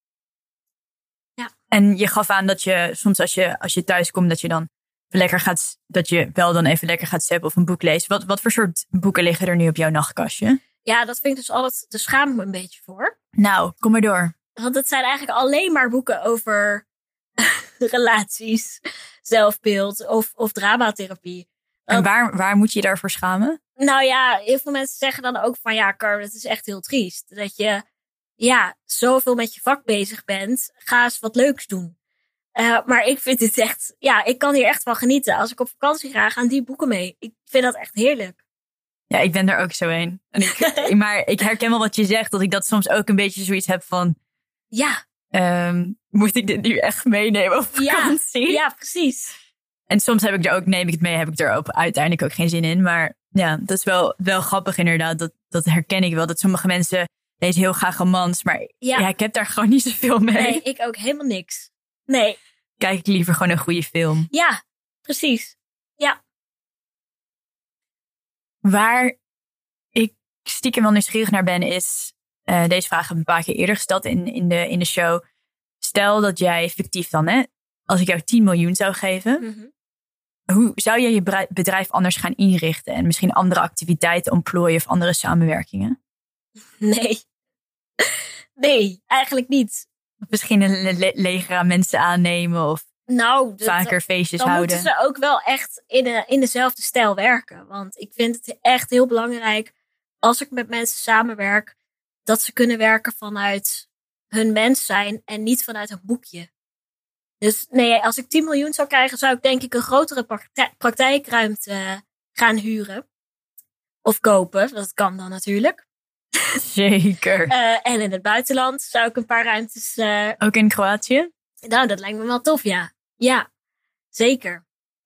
B: Ja.
A: En je gaf aan dat je soms als je thuis komt, dat je dan dat je wel dan even lekker gaat zappen of een boek leest. Wat voor soort boeken liggen er nu op jouw nachtkastje?
B: Ja, dat vind ik dus altijd, daar schaam ik me een beetje voor.
A: Nou, kom maar door.
B: Want het zijn eigenlijk alleen maar boeken over relaties, zelfbeeld of dramatherapie.
A: En waar moet je je daarvoor schamen?
B: Nou ja, heel veel mensen zeggen dan ook van Kar, het is echt heel triest. Dat je zoveel met je vak bezig bent. Ga eens wat leuks doen. Maar ik vind het echt, ik kan hier echt van genieten. Als ik op vakantie ga, gaan die boeken mee. Ik vind dat echt heerlijk.
A: Ja, ik ben er ook zo een. Maar ik herken wel wat je zegt, dat ik dat soms ook een beetje zoiets heb van, moet ik dit nu echt meenemen op vakantie?
B: Ja, precies.
A: En soms neem ik het mee, heb ik er uiteindelijk ook geen zin in. Maar ja, dat is wel grappig inderdaad. Dat herken ik wel. Dat sommige mensen lezen heel graag romans. Maar ik heb daar gewoon niet zoveel mee.
B: Nee, ik ook helemaal niks. Nee.
A: Kijk ik liever gewoon een goede film.
B: Ja, precies. Ja.
A: Waar ik stiekem wel nieuwsgierig naar ben is, deze vraag heb ik een paar keer eerder gesteld in de show. Stel dat jij fictief dan, als ik jou 10 miljoen zou geven.
B: Mm-hmm.
A: Hoe zou je je bedrijf anders gaan inrichten? En misschien andere activiteiten ontplooien of andere samenwerkingen?
B: Nee, eigenlijk niet.
A: Misschien een leger aan mensen aannemen of vaker feestjes
B: dan
A: houden.
B: Dan moeten ze ook wel echt in dezelfde stijl werken. Want ik vind het echt heel belangrijk, als ik met mensen samenwerk, dat ze kunnen werken vanuit hun mens zijn en niet vanuit een boekje. Dus nee, als ik 10 miljoen zou krijgen, zou ik denk ik een grotere praktijkruimte gaan huren. Of kopen, dat kan dan natuurlijk.
A: Zeker.
B: En in het buitenland zou ik een paar ruimtes...
A: Ook in Kroatië?
B: Nou, dat lijkt me wel tof, ja. Ja, zeker.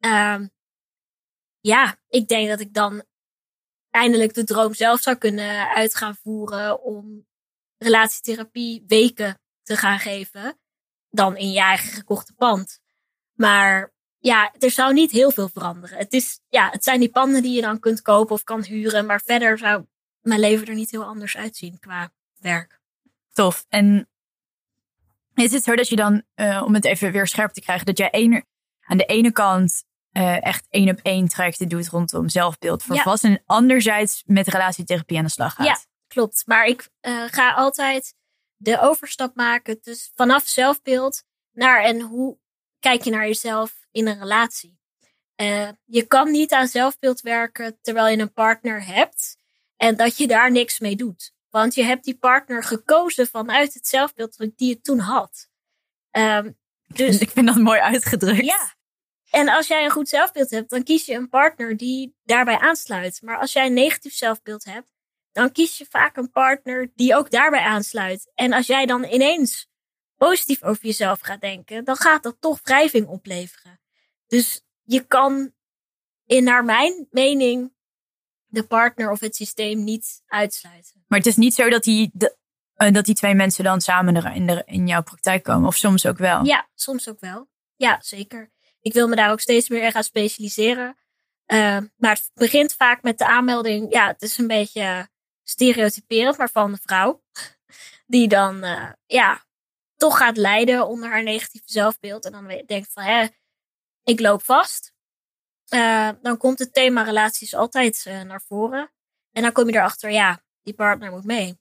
B: Ik denk dat ik dan eindelijk de droom zelf zou kunnen uit gaan voeren om relatietherapie weken te gaan geven. Dan in je eigen gekochte pand. Maar er zou niet heel veel veranderen. Het zijn die panden die je dan kunt kopen of kan huren. Maar verder zou mijn leven er niet heel anders uitzien qua werk.
A: Tof. En is het zo dat je dan, om het even weer scherp te krijgen, dat jij aan de ene kant echt 1-op-1 trajecten doet rondom zelfbeeld voor volwassenen. En anderzijds met relatietherapie aan de slag gaat?
B: Ja, klopt. Maar ik ga altijd de overstap maken dus vanaf zelfbeeld naar en hoe kijk je naar jezelf in een relatie. Je kan niet aan zelfbeeld werken terwijl je een partner hebt en dat je daar niks mee doet. Want je hebt die partner gekozen vanuit het zelfbeeld die je toen had. Dus
A: ik vind dat mooi uitgedrukt.
B: Ja. En als jij een goed zelfbeeld hebt, dan kies je een partner die daarbij aansluit. Maar als jij een negatief zelfbeeld hebt, dan kies je vaak een partner die ook daarbij aansluit. En als jij dan ineens positief over jezelf gaat denken, dan gaat dat toch wrijving opleveren. Dus je kan, naar mijn mening, de partner of het systeem niet uitsluiten.
A: Maar het is niet zo dat Dat die twee mensen dan samen in jouw praktijk komen? Of soms ook wel?
B: Ja, soms ook wel. Ja, zeker. Ik wil me daar ook steeds meer in gaan specialiseren. Maar het begint vaak met de aanmelding. Ja, het is een beetje stereotyperend, maar van een vrouw. Die dan toch gaat lijden onder haar negatieve zelfbeeld. En dan denkt van, ik loop vast. Dan komt het thema relaties altijd naar voren. En dan kom je erachter, ja, die partner moet mee.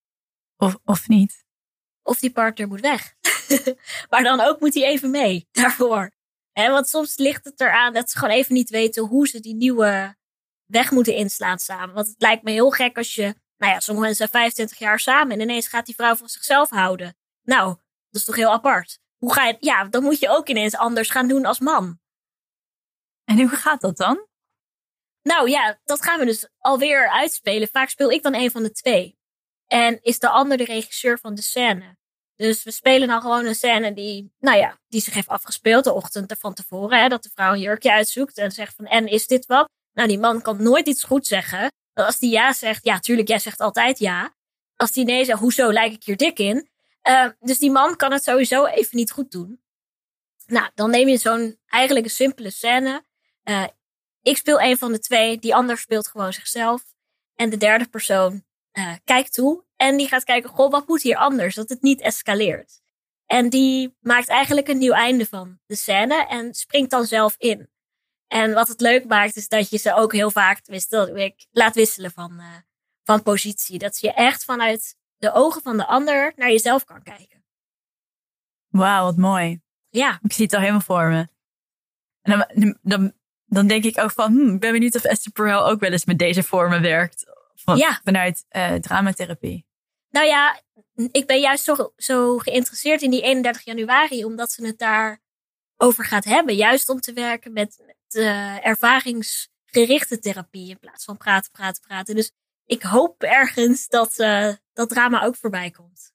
A: Of niet.
B: Of die partner moet weg. Maar dan ook moet hij even mee daarvoor. Want soms ligt het eraan dat ze gewoon even niet weten hoe ze die nieuwe weg moeten inslaan samen. Want het lijkt me heel gek als je, sommige mensen zijn 25 jaar samen en ineens gaat die vrouw van zichzelf houden. Nou, dat is toch heel apart. Hoe ga je, dan moet je ook ineens anders gaan doen als man.
A: En hoe gaat dat dan?
B: Nou ja, dat gaan we dus alweer uitspelen. Vaak speel ik dan een van de twee. En is de ander de regisseur van de scène. Dus we spelen dan gewoon een scène die zich heeft afgespeeld de ochtend van tevoren. Dat de vrouw een jurkje uitzoekt en zegt van, en is dit wat? Nou, die man kan nooit iets goed zeggen. Als die ja zegt, ja, tuurlijk, jij zegt altijd ja. Als die nee zegt, hoezo lijk ik hier dik in? Dus die man kan het sowieso even niet goed doen. Nou, dan neem je eigenlijk een simpele scène. Ik speel een van de twee, die ander speelt gewoon zichzelf. En de derde persoon kijkt toe. En die gaat kijken, goh, wat moet hier anders? Dat het niet escaleert. En die maakt eigenlijk een nieuw einde van de scène. En springt dan zelf in. En wat het leuk maakt, is dat je ze ook heel vaak laat wisselen van positie. Dat je echt vanuit de ogen van de ander naar jezelf kan kijken.
A: Wauw, wat mooi.
B: Ja.
A: Ik zie het al helemaal voor me. En dan denk ik ook van, ik ben benieuwd of Esther Perel ook wel eens met deze vormen werkt. Vanuit dramatherapie. Nou ja,
B: ik ben juist zo geïnteresseerd in die 31 januari. Omdat ze het daarover gaat hebben. Juist om te werken met ervaringsgerichte therapie. In plaats van praten. Dus ik hoop ergens dat drama ook voorbij komt.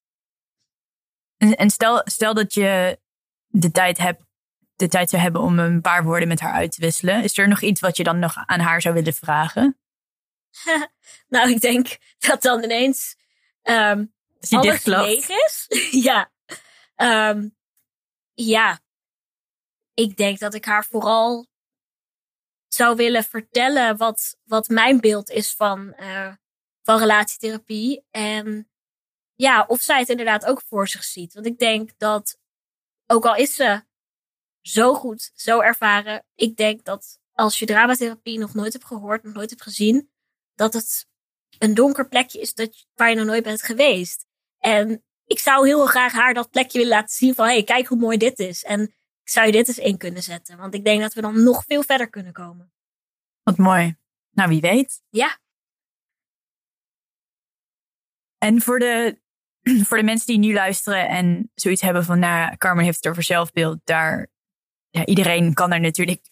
A: En stel dat je de tijd zou hebben om een paar woorden met haar uit te wisselen. Is er nog iets wat je dan nog aan haar zou willen vragen?
B: Nou, ik denk dat dan ineens alles leeg is. Ja. Ik denk dat ik haar vooral zou willen vertellen wat mijn beeld is van relatietherapie. En of zij het inderdaad ook voor zich ziet. Want ik denk dat, ook al is ze zo goed, zo ervaren, ik denk dat als je dramatherapie nog nooit hebt gehoord, nog nooit hebt gezien, dat het een donker plekje is waar je nog nooit bent geweest. En ik zou heel graag haar dat plekje willen laten zien van, hey, kijk hoe mooi dit is. En zou je dit eens in kunnen zetten? Want ik denk dat we dan nog veel verder kunnen komen.
A: Wat mooi. Nou, wie weet.
B: Ja.
A: En voor de mensen die nu luisteren en zoiets hebben van, Carmen heeft het over zelfbeeld, iedereen kan daar natuurlijk,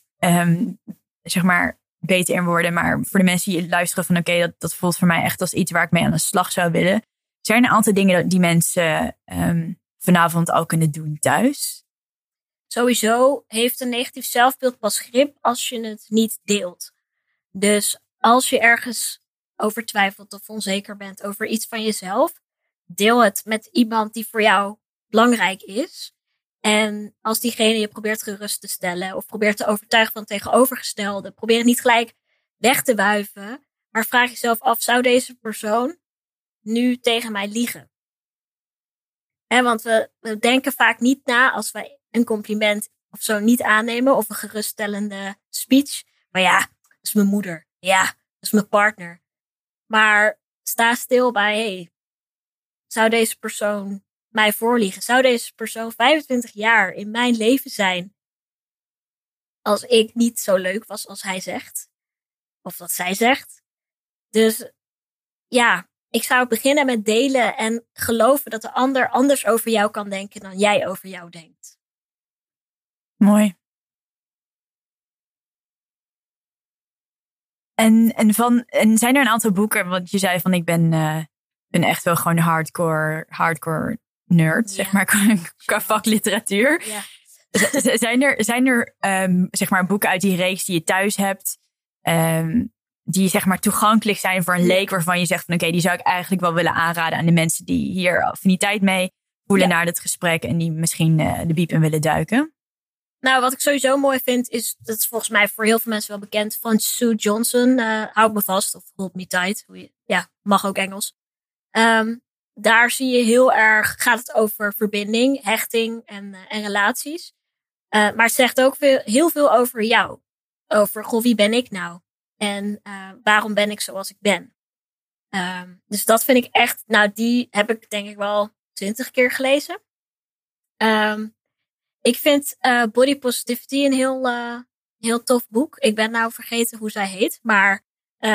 A: beter in worden. Maar voor de mensen die luisteren van, oké, dat voelt voor mij echt als iets waar ik mee aan de slag zou willen. Zijn er een aantal dingen die mensen vanavond al kunnen doen thuis?
B: Sowieso heeft een negatief zelfbeeld pas grip als je het niet deelt. Dus als je ergens over twijfelt of onzeker bent over iets van jezelf, deel het met iemand die voor jou belangrijk is. En als diegene je probeert gerust te stellen of probeert te overtuigen van het tegenovergestelde, probeer het niet gelijk weg te wuiven, maar vraag jezelf af, zou deze persoon nu tegen mij liegen? Want we denken vaak niet na als wij een compliment of zo niet aannemen of een geruststellende speech. Maar dat is mijn moeder. Ja, dat is mijn partner. Maar sta stil bij, zou deze persoon mij voorliegen? Zou deze persoon 25 jaar in mijn leven zijn als ik niet zo leuk was als hij zegt? Of dat zij zegt? Dus ik zou beginnen met delen en geloven dat de ander anders over jou kan denken dan jij over jou denkt.
A: Mooi. En zijn er een aantal boeken, want je zei van ik ben echt wel gewoon hardcore nerd, zeg maar, qua vakliteratuur.
B: Ja.
A: Zijn er boeken uit die reeks die je thuis hebt, die zeg maar toegankelijk zijn voor een leek, waarvan je zegt van oké, die zou ik eigenlijk wel willen aanraden aan de mensen die hier affiniteit mee voelen naar dit gesprek en die misschien de diep in willen duiken?
B: Nou, wat ik sowieso mooi vind is, dat is volgens mij voor heel veel mensen wel bekend, van Sue Johnson, Houd me vast of Hold me tight. Mag ook Engels. Daar zie je heel erg, gaat het over verbinding, hechting en relaties. Maar het zegt ook heel veel over jou. Over, goh, wie ben ik nou? En waarom ben ik zoals ik ben? Dus dat vind ik echt, nou die heb ik denk ik wel 20 keer gelezen. Ik vind Body Positivity een heel tof boek. Ik ben nou vergeten hoe zij heet. Maar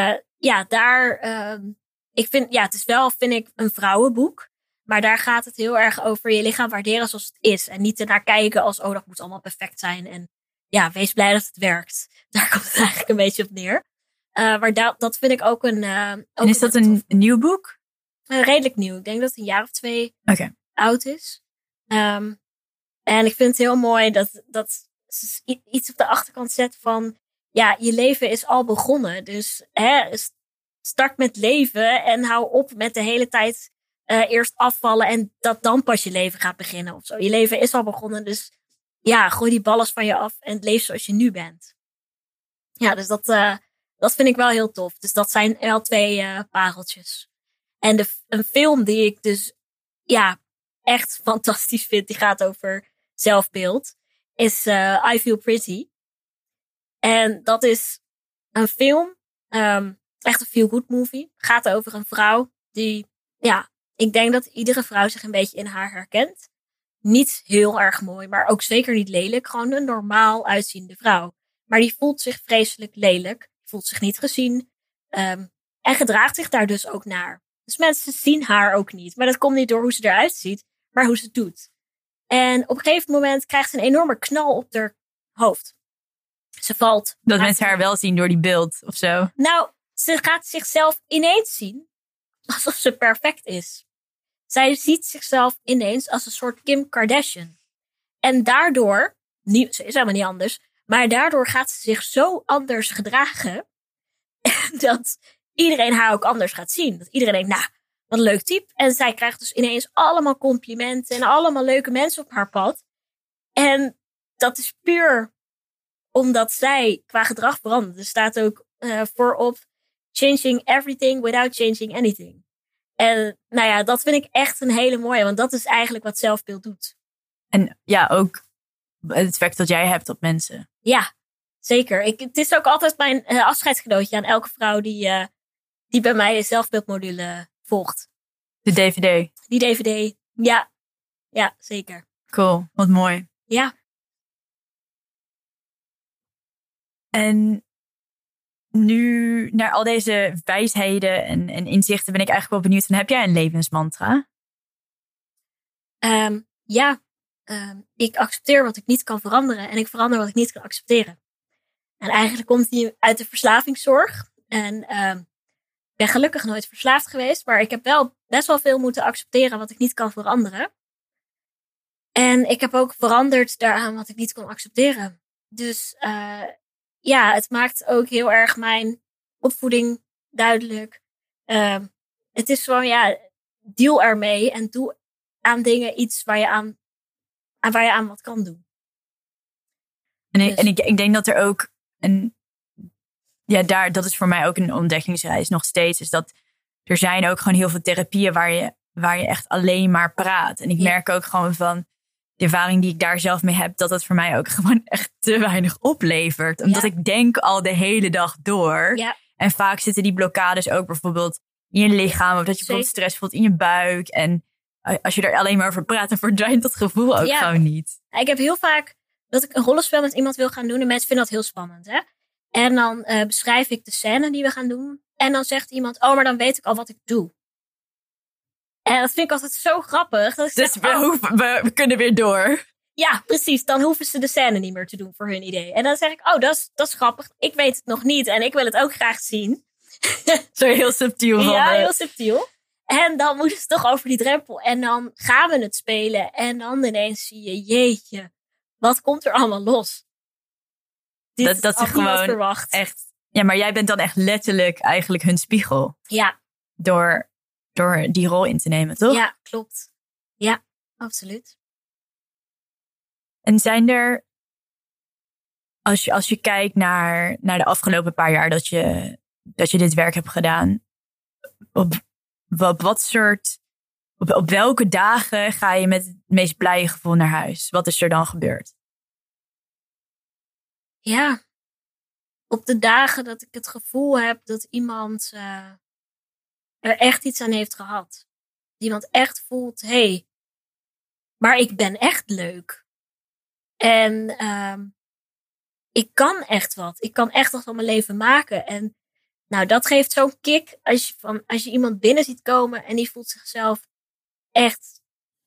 B: ik vind, het is wel, vind ik, een vrouwenboek. Maar daar gaat het heel erg over je lichaam waarderen zoals het is. En niet ernaar kijken als, dat moet allemaal perfect zijn. En ja, wees blij dat het werkt. Daar komt het eigenlijk een beetje op neer. Maar dat vind ik ook een... en
A: is dat een nieuw boek?
B: Redelijk nieuw. Ik denk dat het een jaar of 2 oud is. En ik vind het heel mooi dat ze iets op de achterkant zet van... Ja, je leven is al begonnen. Dus start met leven en hou op met de hele tijd eerst afvallen... en dat dan pas je leven gaat beginnen of zo. Je leven is al begonnen, dus ja, gooi die ballast van je af en leef zoals je nu bent. Ja, dus dat vind ik wel heel tof. Dus dat zijn wel 2 pareltjes. En een film die ik dus echt fantastisch vind, die gaat over zelfbeeld, is I Feel Pretty. En dat is een film, echt een feel-good movie. Gaat over een vrouw die, ik denk dat iedere vrouw zich een beetje in haar herkent. Niet heel erg mooi, maar ook zeker niet lelijk. Gewoon een normaal uitziende vrouw. Maar die voelt zich vreselijk lelijk. Voelt zich niet gezien. En gedraagt zich daar dus ook naar. Dus mensen zien haar ook niet. Maar dat komt niet door hoe ze eruit ziet, maar hoe ze het doet. En op een gegeven moment krijgt ze een enorme knal op haar hoofd. Ze valt.
A: Dat mensen haar wel zien door die beeld of zo.
B: Nou, ze gaat zichzelf ineens zien alsof ze perfect is. Zij ziet zichzelf ineens als een soort Kim Kardashian. En daardoor, ze is helemaal niet anders, maar daardoor gaat ze zich zo anders gedragen dat iedereen haar ook anders gaat zien. Dat iedereen denkt, nou, wat een leuk type. En zij krijgt dus ineens allemaal complimenten en allemaal leuke mensen op haar pad. En dat is puur omdat zij qua gedrag verandert. Er staat ook voorop, changing everything without changing anything. En nou ja, dat vind ik echt een hele mooie, want dat is eigenlijk wat zelfbeeld doet.
A: En ja, ook het effect dat jij hebt op mensen.
B: Ja, zeker. Het is ook altijd mijn afscheidscadeautje aan elke vrouw die bij mij de zelfbeeldmodule volgt.
A: De DVD?
B: Die DVD, ja, zeker.
A: Cool, wat mooi.
B: Ja.
A: En nu, naar al deze wijsheden en inzichten, ben ik eigenlijk wel benieuwd van, heb jij een levensmantra?
B: Ik accepteer wat ik niet kan veranderen en ik verander wat ik niet kan accepteren. En eigenlijk komt die uit de verslavingszorg. En ik ben gelukkig nooit verslaafd geweest, maar ik heb wel best wel veel moeten accepteren wat ik niet kan veranderen. En ik heb ook veranderd daaraan wat ik niet kon accepteren. Dus het maakt ook heel erg mijn opvoeding duidelijk. Het is gewoon, deal ermee en doe aan dingen iets waar je aan wat kan doen.
A: En ik denk dat er ook dat is voor mij ook een ontdekkingsreis nog steeds. Is dat er zijn ook gewoon heel veel therapieën waar je echt alleen maar praat. En ik merk ook gewoon van de ervaring die ik daar zelf mee heb, dat het voor mij ook gewoon echt te weinig oplevert. Omdat ik denk al de hele dag door. Ja. En vaak zitten die blokkades ook bijvoorbeeld in je lichaam. Of dat je bijvoorbeeld stress voelt in je buik. En als je er alleen maar over praat, dan verdwijnt dat gevoel ook gewoon niet.
B: Ik heb heel vaak dat ik een rollenspel met iemand wil gaan doen. En mensen vinden dat heel spannend. Hè? En dan beschrijf ik de scène die we gaan doen. En dan zegt iemand, maar dan weet ik al wat ik doe. En dat vind ik altijd zo grappig. Dat
A: dus we kunnen weer door.
B: Ja, precies. Dan hoeven ze de scène niet meer te doen voor hun idee. En dan zeg ik, dat is grappig. Ik weet het nog niet en ik wil het ook graag zien.
A: Zo heel subtiel.
B: Ja, heel subtiel. En dan moeten ze toch over die drempel. En dan gaan we het spelen. En dan ineens zie je, jeetje, wat komt er allemaal los?
A: Dat is gewoon echt Ja, maar jij bent dan echt letterlijk eigenlijk hun spiegel.
B: Ja.
A: Door die rol in te nemen, toch?
B: Ja, klopt. Ja, absoluut.
A: En zijn er, als je kijkt naar de afgelopen paar jaar dat je dit werk hebt gedaan, op welke dagen ga je met het meest blije gevoel naar huis? Wat is er dan gebeurd?
B: Ja, op de dagen dat ik het gevoel heb dat iemand er echt iets aan heeft gehad. Dat iemand echt voelt, hey, maar ik ben echt leuk. En ik kan echt wat. Ik kan echt wat van mijn leven maken. En nou, dat geeft zo'n kick als je iemand binnen ziet komen en die voelt zichzelf echt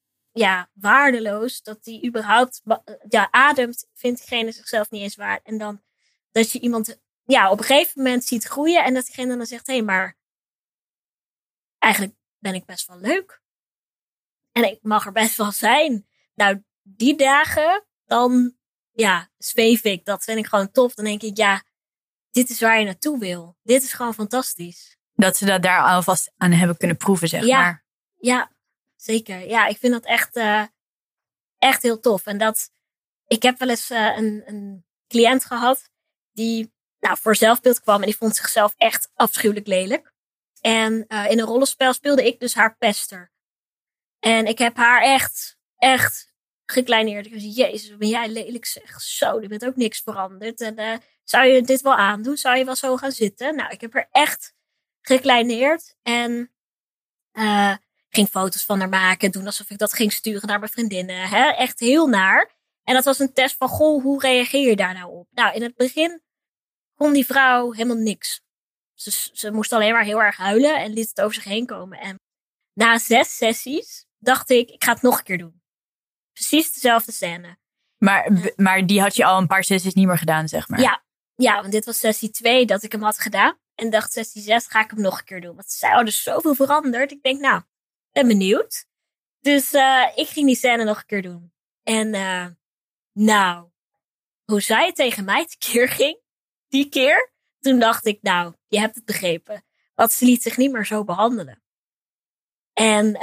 B: waardeloos. Dat die überhaupt ademt, vindt diegene zichzelf niet eens waard. En dan dat je iemand op een gegeven moment ziet groeien en dat diegene dan zegt, hé, maar eigenlijk ben ik best wel leuk. En ik mag er best wel zijn. Nou, die dagen, dan zweef ik. Dat vind ik gewoon tof. Dan denk ik, dit is waar je naartoe wil. Dit is gewoon fantastisch.
A: Dat ze dat daar alvast aan hebben kunnen proeven, zeg maar.
B: Ja, zeker. Ja, ik vind dat echt heel tof. En ik heb wel eens een cliënt gehad die voor zelfbeeld kwam en die vond zichzelf echt afschuwelijk lelijk. En in een rollenspel speelde ik dus haar pester. En ik heb haar echt gekleineerd. Ik zei, jezus, ben jij lelijk zeg. Zo, je bent ook niks veranderd. En zou je dit wel aandoen? Zou je wel zo gaan zitten? Nou, ik heb haar echt gekleineerd. En ging foto's van haar maken. Doen alsof ik dat ging sturen naar mijn vriendinnen. Hè? Echt heel naar. En dat was een test van, goh, hoe reageer je daar nou op? Nou, in het begin kon die vrouw helemaal niks. Ze moest alleen maar heel erg huilen en liet het over zich heen komen. En na 6 sessies dacht ik ga het nog een keer doen. Precies dezelfde scène.
A: Maar die had je al een paar sessies niet meer gedaan, zeg maar.
B: Ja, want dit was sessie 2 dat ik hem had gedaan. En dacht sessie 6 ga ik hem nog een keer doen. Want ze zei, er is zoveel veranderd. Ik denk, ben benieuwd. Dus ik ging die scène nog een keer doen. En hoe zij het tegen mij tekeer ging, die keer, toen dacht ik, je hebt het begrepen. Want ze liet zich niet meer zo behandelen. En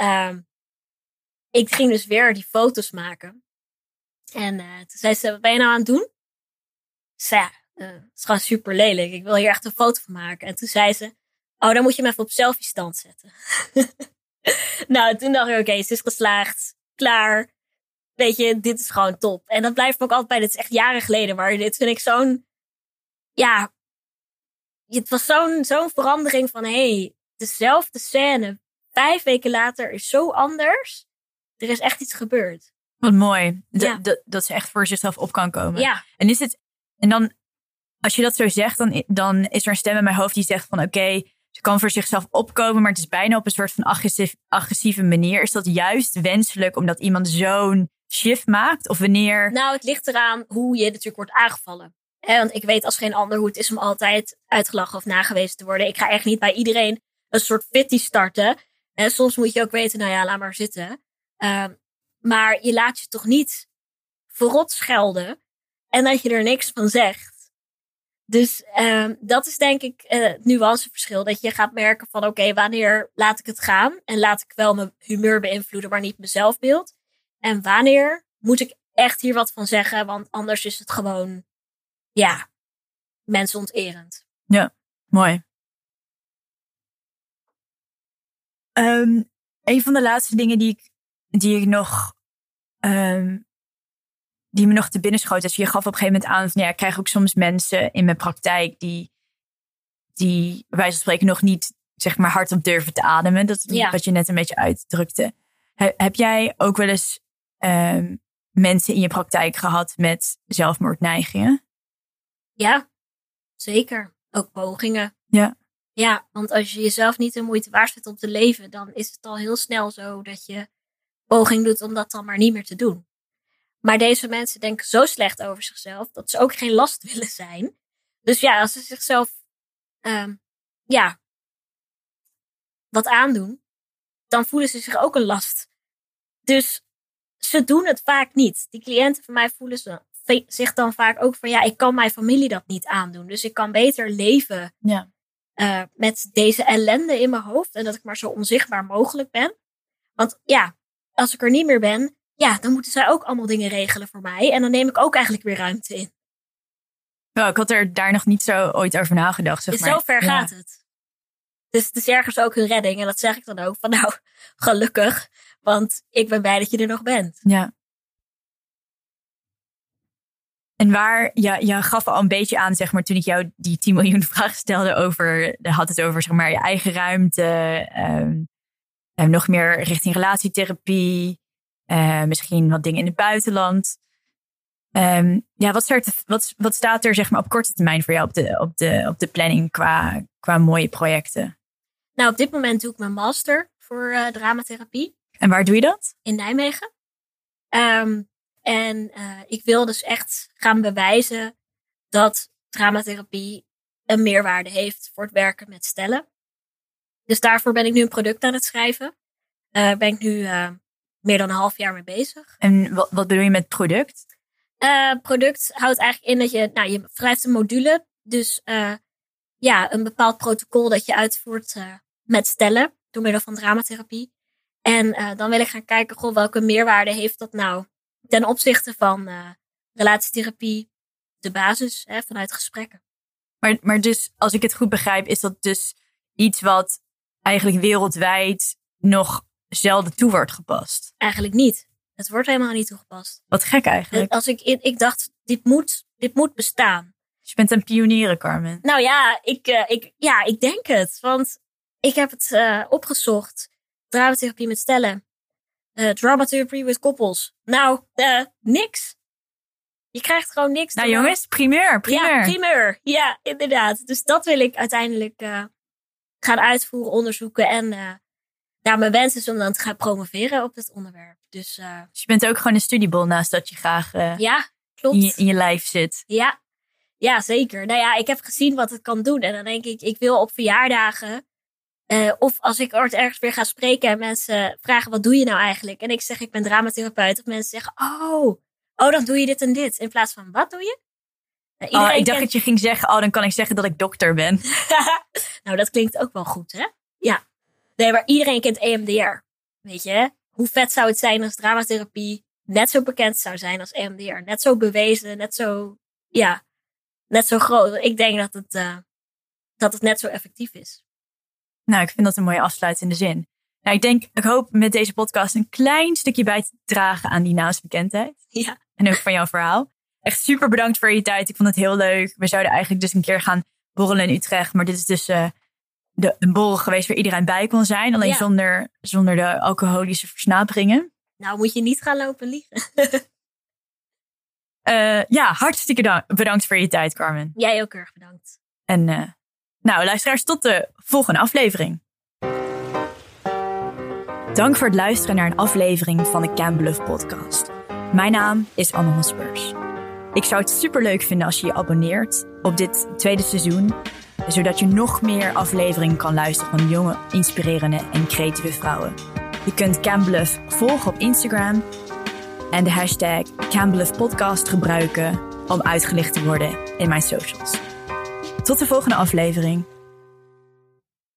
B: ik ging dus weer die foto's maken. En toen zei ze, wat ben je nou aan het doen? Ik zei, het is gewoon super lelijk. Ik wil hier echt een foto van maken. En toen zei ze, dan moet je hem even op selfie stand zetten. Nou, toen dacht ik, oké, ze is geslaagd. Klaar. Weet je, dit is gewoon top. En dat blijft me ook altijd bij. Dit is echt jaren geleden. Maar dit vind ik zo'n... Ja, het was zo'n verandering van... dezelfde scène 5 weken later is zo anders. Er is echt iets gebeurd.
A: Wat mooi. Dat ze echt voor zichzelf op kan komen.
B: Ja.
A: En dan, als je dat zo zegt, dan is er een stem in mijn hoofd die zegt van oké, ze kan voor zichzelf opkomen, maar het is bijna op een soort van agressieve manier. Is dat juist wenselijk omdat iemand zo'n shift maakt? Of wanneer...
B: Nou, het ligt eraan hoe je natuurlijk wordt aangevallen. Want ik weet als geen ander hoe het is om altijd uitgelachen of nagewezen te worden. Ik ga echt niet bij iedereen een soort fitty starten. Soms moet je ook weten, laat maar zitten. Maar je laat je toch niet verrot schelden en dat je er niks van zegt. Dus dat is denk ik het nuanceverschil. Dat je gaat merken van oké, wanneer laat ik het gaan? En laat ik wel mijn humeur beïnvloeden, maar niet mijn zelfbeeld. En wanneer moet ik echt hier wat van zeggen? Want anders is het gewoon, mensonterend.
A: Ja, mooi. Een van de laatste dingen die me nog te binnen schoot. Dus je gaf op een gegeven moment aan van ik krijg ook soms mensen in mijn praktijk die bij wijze van spreken nog niet zeg maar hardop durven te ademen. Dat wat je net een beetje uitdrukte. Heb jij ook wel eens mensen in je praktijk gehad met zelfmoordneigingen?
B: Ja, zeker. Ook pogingen.
A: Ja.
B: Ja, want als je jezelf niet de moeite waard vindt om te leven, dan is het al heel snel zo dat je poging doet om dat dan maar niet meer te doen. Maar deze mensen denken zo slecht over zichzelf dat ze ook geen last willen zijn. Dus als ze zichzelf wat aandoen, dan voelen ze zich ook een last. Dus ze doen het vaak niet. Die cliënten van mij voelen ze zegt dan vaak ook van ik kan mijn familie dat niet aandoen. Dus ik kan beter leven met deze ellende in mijn hoofd. En dat ik maar zo onzichtbaar mogelijk ben. Want als ik er niet meer ben, dan moeten zij ook allemaal dingen regelen voor mij. En dan neem ik ook eigenlijk weer ruimte in.
A: Ik had er daar nog niet zo ooit over nagedacht. Zeg maar.
B: Zo ver gaat het. Dus het is ergens ook hun redding. En dat zeg ik dan ook van gelukkig. Want ik ben blij dat je er nog bent.
A: Ja. En je gaf al een beetje aan, zeg maar, toen ik jou die 10 miljoen vragen stelde had het over, zeg maar, je eigen ruimte. Nog meer richting relatietherapie. Misschien wat dingen in het buitenland. Wat staat er, zeg maar, op korte termijn voor jou op de planning qua mooie projecten?
B: Nou, op dit moment doe ik mijn master voor dramatherapie.
A: En waar doe je dat?
B: In Nijmegen. Ik wil dus echt gaan bewijzen dat dramatherapie een meerwaarde heeft voor het werken met stellen. Dus daarvoor ben ik nu een product aan het schrijven. Ben ik nu meer dan een half jaar mee bezig.
A: En wat bedoel je met product?
B: Product houdt eigenlijk in dat je schrijft een module. Dus een bepaald protocol dat je uitvoert met stellen door middel van dramatherapie. En dan wil ik gaan kijken, welke meerwaarde heeft dat nou ten opzichte van relatietherapie, de basis vanuit gesprekken.
A: Maar dus, als ik het goed begrijp, is dat dus iets wat eigenlijk wereldwijd nog zelden toe wordt gepast?
B: Eigenlijk niet. Het wordt helemaal niet toegepast.
A: Wat gek eigenlijk.
B: Ik dacht, dit moet bestaan.
A: Dus je bent een pionier, Carmen.
B: Nou ja, ik denk het. Want ik heb het opgezocht. Dramatherapie met stellen. Dramatherapie met koppels. Nou, niks. Je krijgt gewoon niks.
A: Nou jongens, primeur.
B: Ja, primeur. Ja, inderdaad. Dus dat wil ik uiteindelijk gaan uitvoeren, onderzoeken. En mijn wens is om dan te gaan promoveren op dit onderwerp. Dus
A: je bent ook gewoon een studiebol naast dat je graag
B: klopt.
A: In je lijf zit.
B: Ja, zeker. Nou ja, ik heb gezien wat het kan doen. En dan denk ik wil op verjaardagen... of als ik ergens weer ga spreken en mensen vragen, wat doe je nou eigenlijk? En ik zeg, ik ben dramatherapeut. Of mensen zeggen, oh, dan doe je dit en dit. In plaats van, wat doe je?
A: Ik dacht dat je ging zeggen, dan kan ik zeggen dat ik dokter ben.
B: Nou, dat klinkt ook wel goed, hè? Ja. Nee, maar iedereen kent EMDR. Weet je? Hoe vet zou het zijn als dramatherapie net zo bekend zou zijn als EMDR? Net zo bewezen, net zo groot. Ik denk dat het net zo effectief is.
A: Nou, ik vind dat een mooie afsluitende zin. Nou, ik hoop met deze podcast een klein stukje bij te dragen aan die naamsbekendheid.
B: Ja.
A: En ook van jouw verhaal. Echt super bedankt voor je tijd. Ik vond het heel leuk. We zouden eigenlijk dus een keer gaan borrelen in Utrecht. Maar dit is dus een borrel geweest waar iedereen bij kon zijn. Alleen zonder de alcoholische versnaperingen.
B: Nou, moet je niet gaan lopen liegen.
A: Hartstikke bedankt voor je tijd, Carmen.
B: Jij ook erg bedankt.
A: En luisteraars, tot de volgende aflevering. Dank voor het luisteren naar een aflevering van de Can Bluff podcast. Mijn naam is Anne Hospers. Ik zou het superleuk vinden als je je abonneert op dit tweede seizoen, zodat je nog meer afleveringen kan luisteren van jonge, inspirerende en creatieve vrouwen. Je kunt Can Bluff volgen op Instagram en de hashtag Can Bluff podcast gebruiken om uitgelicht te worden in mijn socials. Tot de volgende aflevering.